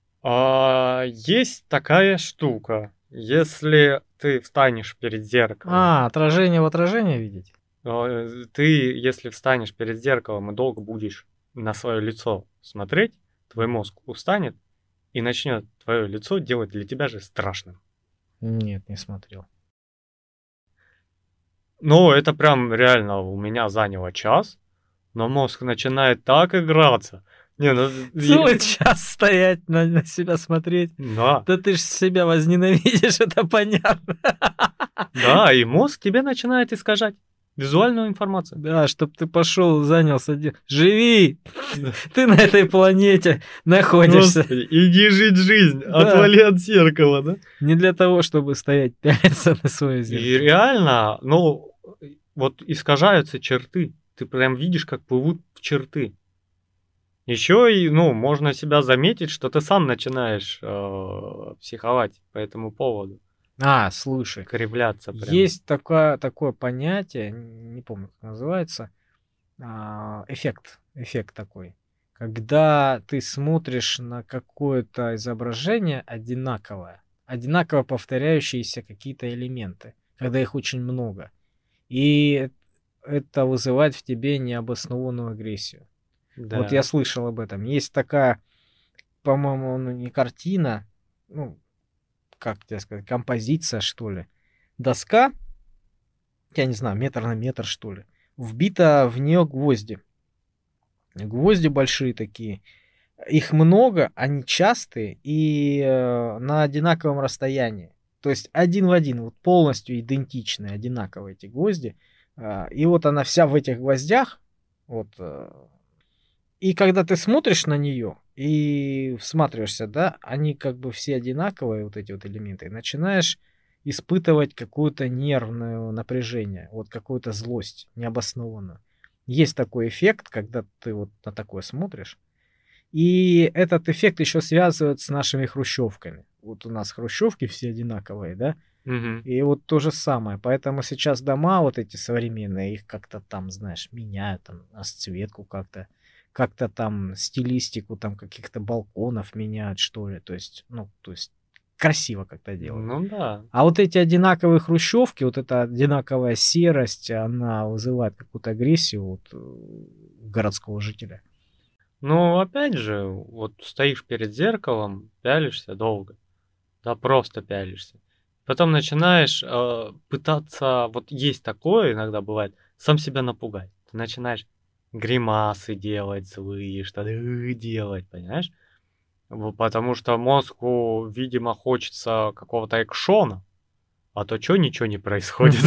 А, есть такая штука. Если ты встанешь перед зеркалом, А, отражение в отражение видеть? э, ты, если встанешь перед зеркалом и долго будешь на свое лицо смотреть, твой мозг устанет и начнет твое лицо делать для тебя же страшным. Нет, не смотрел. Ну, это прям реально у меня заняло час, но мозг начинает так играться. Не, ну, я- Целый час стоять, на, на себя смотреть. да. Да ты ж себя возненавидишь, это понятно. Да, и мозг тебе начинает искажать визуальную информацию. Да, чтоб ты пошел, занялся. де- Живи! Да. Ты на этой планете находишься. Господи, иди жить жизнь, Да. отвали от зеркала, да? Не для того, чтобы стоять пялиться на свое И зеркало. реально, ну, вот искажаются черты. Ты прям видишь, как плывут черты. Еще и, ну, можно себя заметить, что ты сам начинаешь э, психовать по этому поводу. А, слушай, Кривляться прям. есть такое, такое понятие, не помню, как называется, а, эффект, эффект такой. Когда ты смотришь на какое-то изображение одинаковое, одинаково повторяющиеся какие-то элементы, когда их очень много. И это вызывает в тебе необоснованную агрессию. Да. Вот я слышал об этом. Есть такая, по-моему, ну, не картина, ну, как тебе сказать, композиция, что ли. Доска, я не знаю, метр на метр, что ли. Вбито в нее гвозди. Гвозди большие такие. Их много, они частые и э, на одинаковом расстоянии. То есть один в один, вот полностью идентичные, одинаковые эти гвозди. А, и вот она вся в этих гвоздях. Вот. э, И когда ты смотришь на нее и всматриваешься, да, они как бы все одинаковые, вот эти вот элементы, и начинаешь испытывать какое-то нервное напряжение, вот какую-то злость необоснованную. Есть такой эффект, когда ты вот на такое смотришь. И этот эффект еще связывают с нашими хрущевками. Вот у нас хрущевки все одинаковые, да? Мгм. И вот то же самое. Поэтому сейчас дома вот эти современные, их как-то там, знаешь, меняют, там, расцветку как-то, как-то там стилистику там каких-то балконов меняют, что ли. То есть, ну, то есть красиво как-то делают. Ну да. А вот эти одинаковые хрущевки, вот эта одинаковая серость, она вызывает какую-то агрессию вот, э, у городского жителя. Ну, опять же, вот стоишь перед зеркалом, пялишься долго. Да, просто пялишься. Потом начинаешь э, пытаться, вот есть такое иногда бывает, сам себя напугать. Ты начинаешь гримасы делать злые, что-то э, делать, понимаешь? Вот потому что мозгу, видимо, хочется какого-то экшона, а то что ничего не происходит.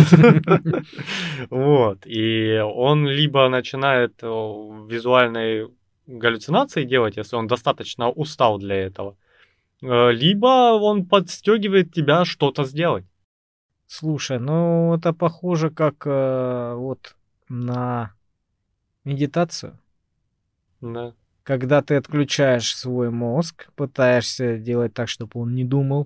Вот. И он либо начинает э, визуальные галлюцинации делать, если он достаточно устал для этого, э, либо он подстегивает тебя что-то сделать. Слушай, ну это похоже как э, вот на медитацию, Да. когда ты отключаешь свой мозг, пытаешься делать так, чтобы он не думал,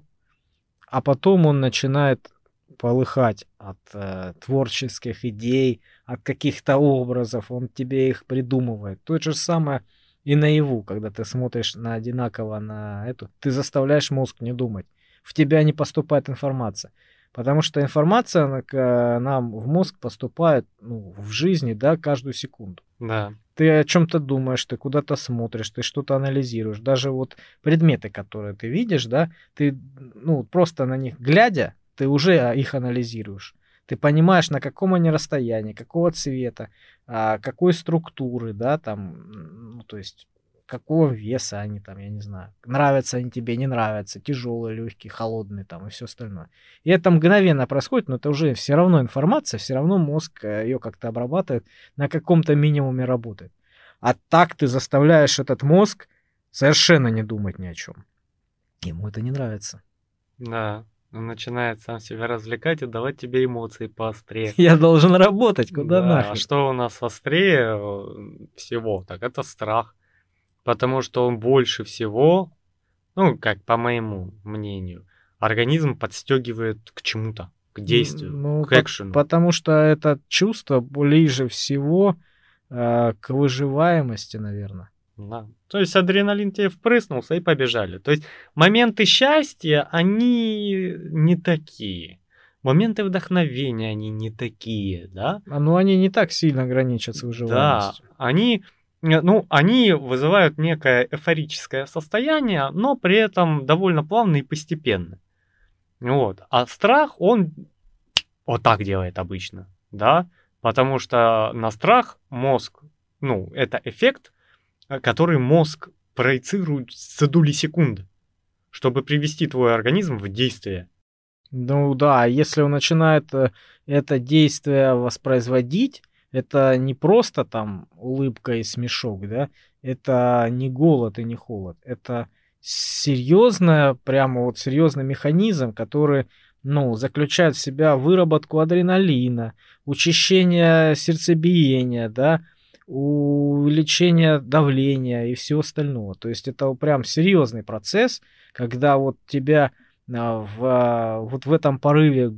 а потом он начинает полыхать от э, творческих идей, от каких-то образов, он тебе их придумывает. То же самое и наяву, когда ты смотришь на одинаково на эту, ты заставляешь мозг не думать. В тебя не поступает информация. Потому что информация она к нам в мозг поступает ну, в жизни, да, каждую секунду. Да. Ты о чем-то думаешь, ты куда-то смотришь, ты что-то анализируешь. Даже вот предметы, которые ты видишь, да, ты ну, просто на них глядя, ты уже их анализируешь. Ты понимаешь, на каком они расстоянии, какого цвета, а, какой структуры, да, там, ну, то есть какого веса они там, я не знаю. Нравятся они тебе, не нравятся, тяжелые, легкие, холодные там и все остальное. И это мгновенно происходит, но это уже все равно информация, все равно мозг ее как-то обрабатывает, на каком-то минимуме работает. А так ты заставляешь этот мозг совершенно не думать ни о чем. Ему это не нравится. Да. Он начинает сам себя развлекать и давать тебе эмоции поострее. Я должен работать, куда Да, нахрен. а что у нас острее э, всего, так это страх. Потому что он больше всего, ну, как по моему мнению, организм подстегивает к чему-то, к действию, Ну, к по- экшену. потому что это чувство ближе всего э, к выживаемости, наверное. Да. То есть адреналин тебе впрыснулся и побежали. То есть моменты счастья, они не такие. Моменты вдохновения, они не такие, да? А, ну, они не так сильно граничат с Да, выживаемостью. они, э, ну, они вызывают некое эйфорическое состояние, но при этом довольно плавно и постепенно. Вот. А страх, он вот так делает обычно, да? Потому что на страх мозг, ну, это эффект, э, который мозг проецирует за доли секунды, чтобы привести твой организм в действие. Ну да, если он начинает э, это действие воспроизводить, это не просто там улыбка и смешок, да, это не голод и не холод, это серьезная, прямо вот серьезный механизм, который, ну, заключает в себя выработку адреналина, учащение сердцебиения, да, увеличение давления и всего остального. То есть это прям серьезный процесс, когда вот тебя а, в, а, вот в этом порыве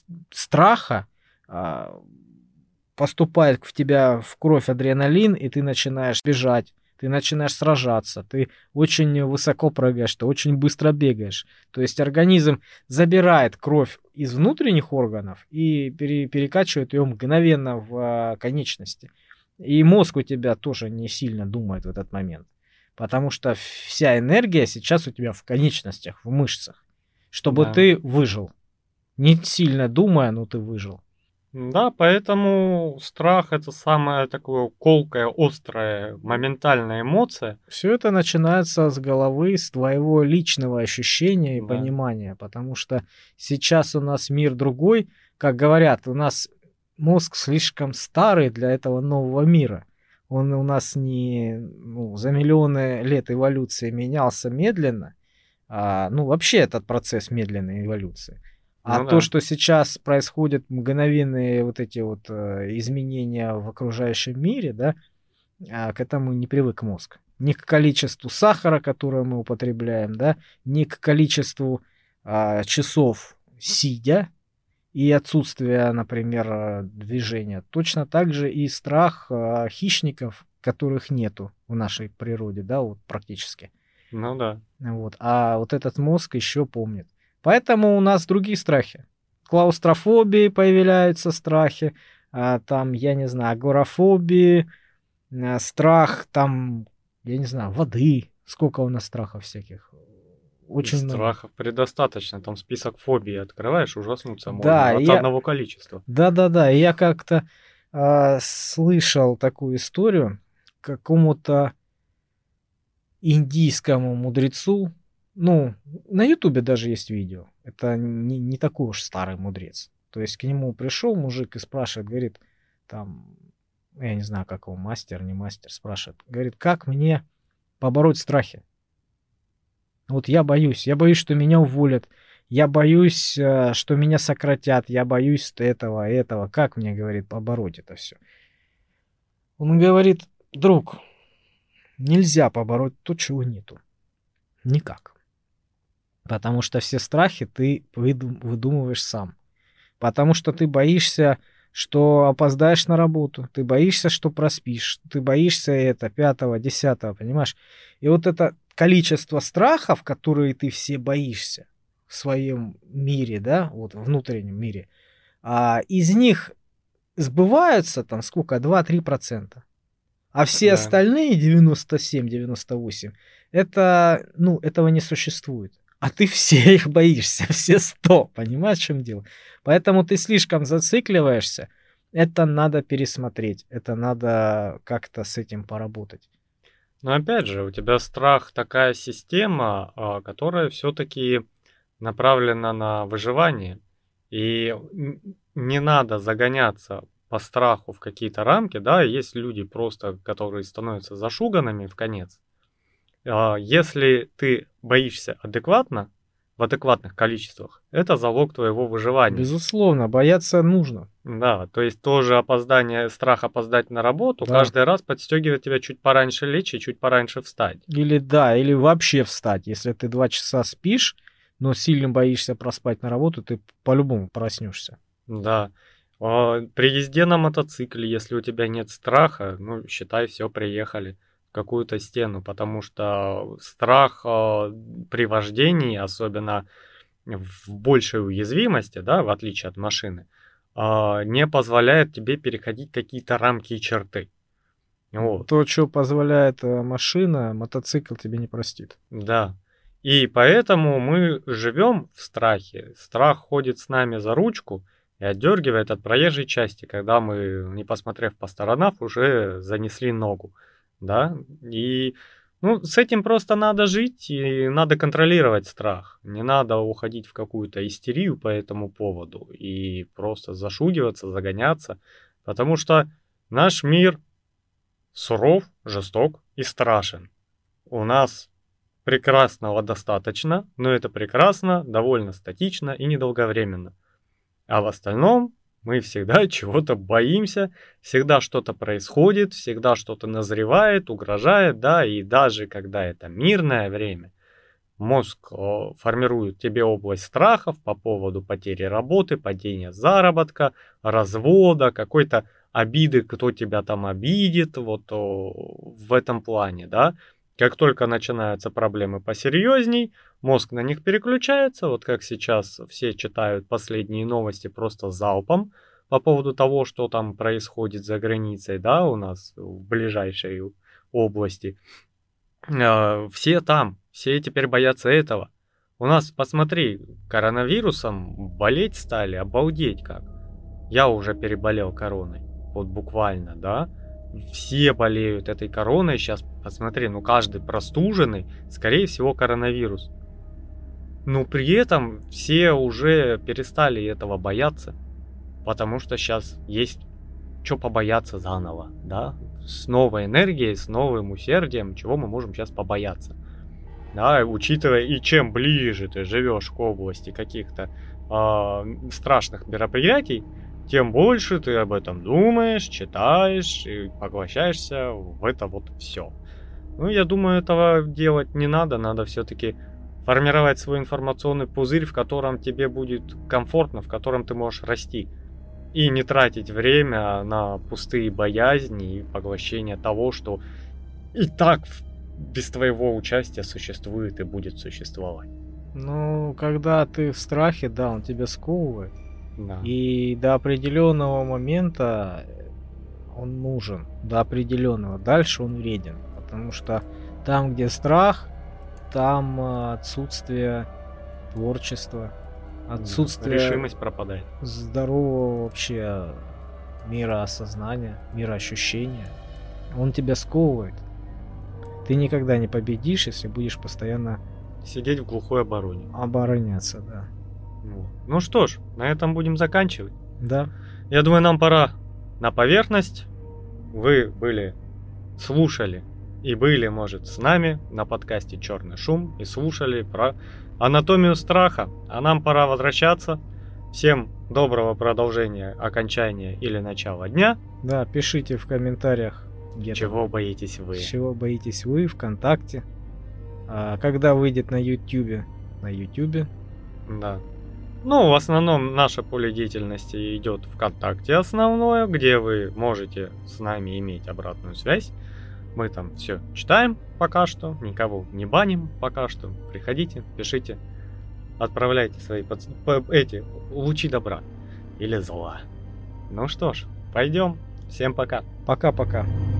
страха а, поступает в тебя в кровь адреналин, и ты начинаешь бежать, ты начинаешь сражаться, ты очень высоко прыгаешь, ты очень быстро бегаешь. То есть организм забирает кровь из внутренних органов и пере- перекачивает ее мгновенно в а, конечности. И мозг у тебя тоже не сильно думает в этот момент, потому что вся энергия сейчас у тебя в конечностях, в мышцах, чтобы Да. ты выжил. Не сильно думая, но ты выжил. Да, поэтому страх это самая такая колкая, острая, моментальная эмоция. Все это начинается с головы, с твоего личного ощущения и Да. понимания, потому что сейчас у нас мир другой. Как говорят, у нас мозг слишком старый для этого нового мира. Он у нас не ну, за миллионы лет эволюции менялся медленно. А, ну, вообще этот процесс медленной эволюции. А Ну то, да. что сейчас происходят мгновенные вот эти вот э, изменения в окружающем мире, да, а, к этому не привык мозг. Ни к количеству сахара, которое мы употребляем, да, ни к количеству а, часов сидя и отсутствия, например, а, движения. Точно так же и страх а, хищников, которых нету в нашей природе, да, вот практически. Ну да. Вот. А вот этот мозг еще помнит. Поэтому у нас другие страхи. Клаустрофобии появляются страхи, а, там, я не знаю, агорафобии, а, страх, там, я не знаю, воды. Сколько у нас страхов всяких? Очень много. Страхов предостаточно. Там список фобий открываешь, ужаснуться Да, можно от я, одного количества. да-да-да, и я как-то а, слышал такую историю какому-то индийскому мудрецу. Ну, на Ютубе даже есть видео. Это не, не такой уж старый мудрец. То есть к нему пришел мужик и спрашивает, говорит, там, я не знаю, как его, мастер, не мастер, спрашивает, говорит, как мне побороть страхи? Вот я боюсь, я боюсь, что меня уволят, я боюсь, э, что меня сократят, я боюсь этого, этого. Как мне, говорит, побороть это все? Он говорит, друг, нельзя побороть то, чего нету. Никак. Потому что все страхи ты выдум- выдумываешь сам. Потому что ты боишься, что опоздаешь на работу, ты боишься, что проспишь, ты боишься это, пятого, десятого, понимаешь? И вот это количество страхов, которые ты все боишься в своем мире, да, вот внутреннем мире, а из них сбываются там сколько, два-три процента. А все Да. остальные девяносто семь девяносто восемь это, ну, этого не существует. А ты все их боишься, все сто, понимаешь, в чем дело? Поэтому ты слишком зацикливаешься. Это надо пересмотреть, это надо как-то с этим поработать. Но опять же, у тебя страх такая система, а, которая все-таки направлена на выживание. И н- не надо загоняться по страху в какие-то рамки, да, есть люди просто, которые становятся зашуганными в конец. А, Если ты боишься адекватно, в адекватных количествах, это залог твоего выживания. Безусловно, бояться нужно. Да, то есть тоже опоздание, страх опоздать на работу Да. каждый раз подстегивает тебя чуть пораньше лечь и чуть пораньше встать. Или да, или вообще встать. Если ты два часа спишь, но сильно боишься проспать на работу, ты по-любому проснешься. Да. А, При езде на мотоцикле, если у тебя нет страха, ну, считай, все, приехали в какую-то стену, потому что страх а, при вождении, особенно в большей уязвимости, да, в отличие от машины, а, не позволяет тебе переходить какие-то рамки и черты. Вот. То, что позволяет э, машина, мотоцикл тебе не простит. Да. И поэтому мы живем в страхе. Страх ходит с нами за ручку и отдергивает от проезжей части, когда мы, не посмотрев по сторонам, уже занесли ногу. Да? И Ну, с этим просто надо жить и надо контролировать страх. Не надо уходить в какую-то истерию по этому поводу и просто зашугиваться, загоняться, потому что наш мир суров, жесток и страшен. У нас прекрасного достаточно, но это прекрасно, довольно статично и недолговременно. А в остальном мы всегда чего-то боимся, всегда что-то происходит, всегда что-то назревает, угрожает, да, и даже когда это мирное время, мозг э, формирует тебе область страхов по поводу потери работы, падения заработка, развода, какой-то обиды, кто тебя там обидит, вот о, в этом плане, да. Как только начинаются проблемы посерьезней, мозг на них переключается, вот как сейчас все читают последние новости просто залпом по поводу того, что там происходит за границей, да, у нас в ближайшей области. Э, Все там, все теперь боятся этого. У нас, посмотри, коронавирусом болеть стали, обалдеть как. Я уже переболел короной, вот буквально, да. Все болеют этой короной. Сейчас посмотри, ну каждый простуженный, скорее всего, коронавирус. Но при этом все уже перестали этого бояться, потому что сейчас есть что побояться заново, да? С новой энергией, с новым усердием, чего мы можем сейчас побояться. Да, учитывая, и чем ближе ты живешь к области каких-то э, страшных мероприятий, тем больше ты об этом думаешь, читаешь и поглощаешься в это вот все. Ну, я думаю, этого делать не надо. Надо все-таки формировать свой информационный пузырь, в котором тебе будет комфортно, в котором ты можешь расти. И не тратить время на пустые боязни и поглощение того, что и так без твоего участия существует и будет существовать. Ну, когда ты в страхе, да, он тебя сковывает. Да. И до определенного момента он нужен, до определенного. Дальше он вреден, потому что там, где страх, там э, отсутствие творчества, отсутствие Решимость пропадает. здорового вообще мироосознания, мироощущения. Он тебя сковывает. Ты никогда не победишь, если будешь постоянно Сидеть в глухой обороне. обороняться, да. Вот. Ну что ж, на этом будем заканчивать. Да. Я думаю, нам пора на поверхность. Вы были, слушали и были, может, с нами на подкасте «Черный шум» и слушали про анатомию страха. А нам пора возвращаться. Всем доброго продолжения, окончания или начала дня. Да, пишите в комментариях, где Чего боитесь вы? чего боитесь вы ВКонтакте. А когда выйдет на Ютубе? На Ютубе. Да. Ну, в основном наше поле деятельности идет ВКонтакте основное, где вы можете с нами иметь обратную связь. Мы там все читаем пока что, никого не баним пока что. Приходите, пишите, отправляйте свои под... эти лучи добра или зла. Ну что ж, пойдем. Всем пока. Пока-пока.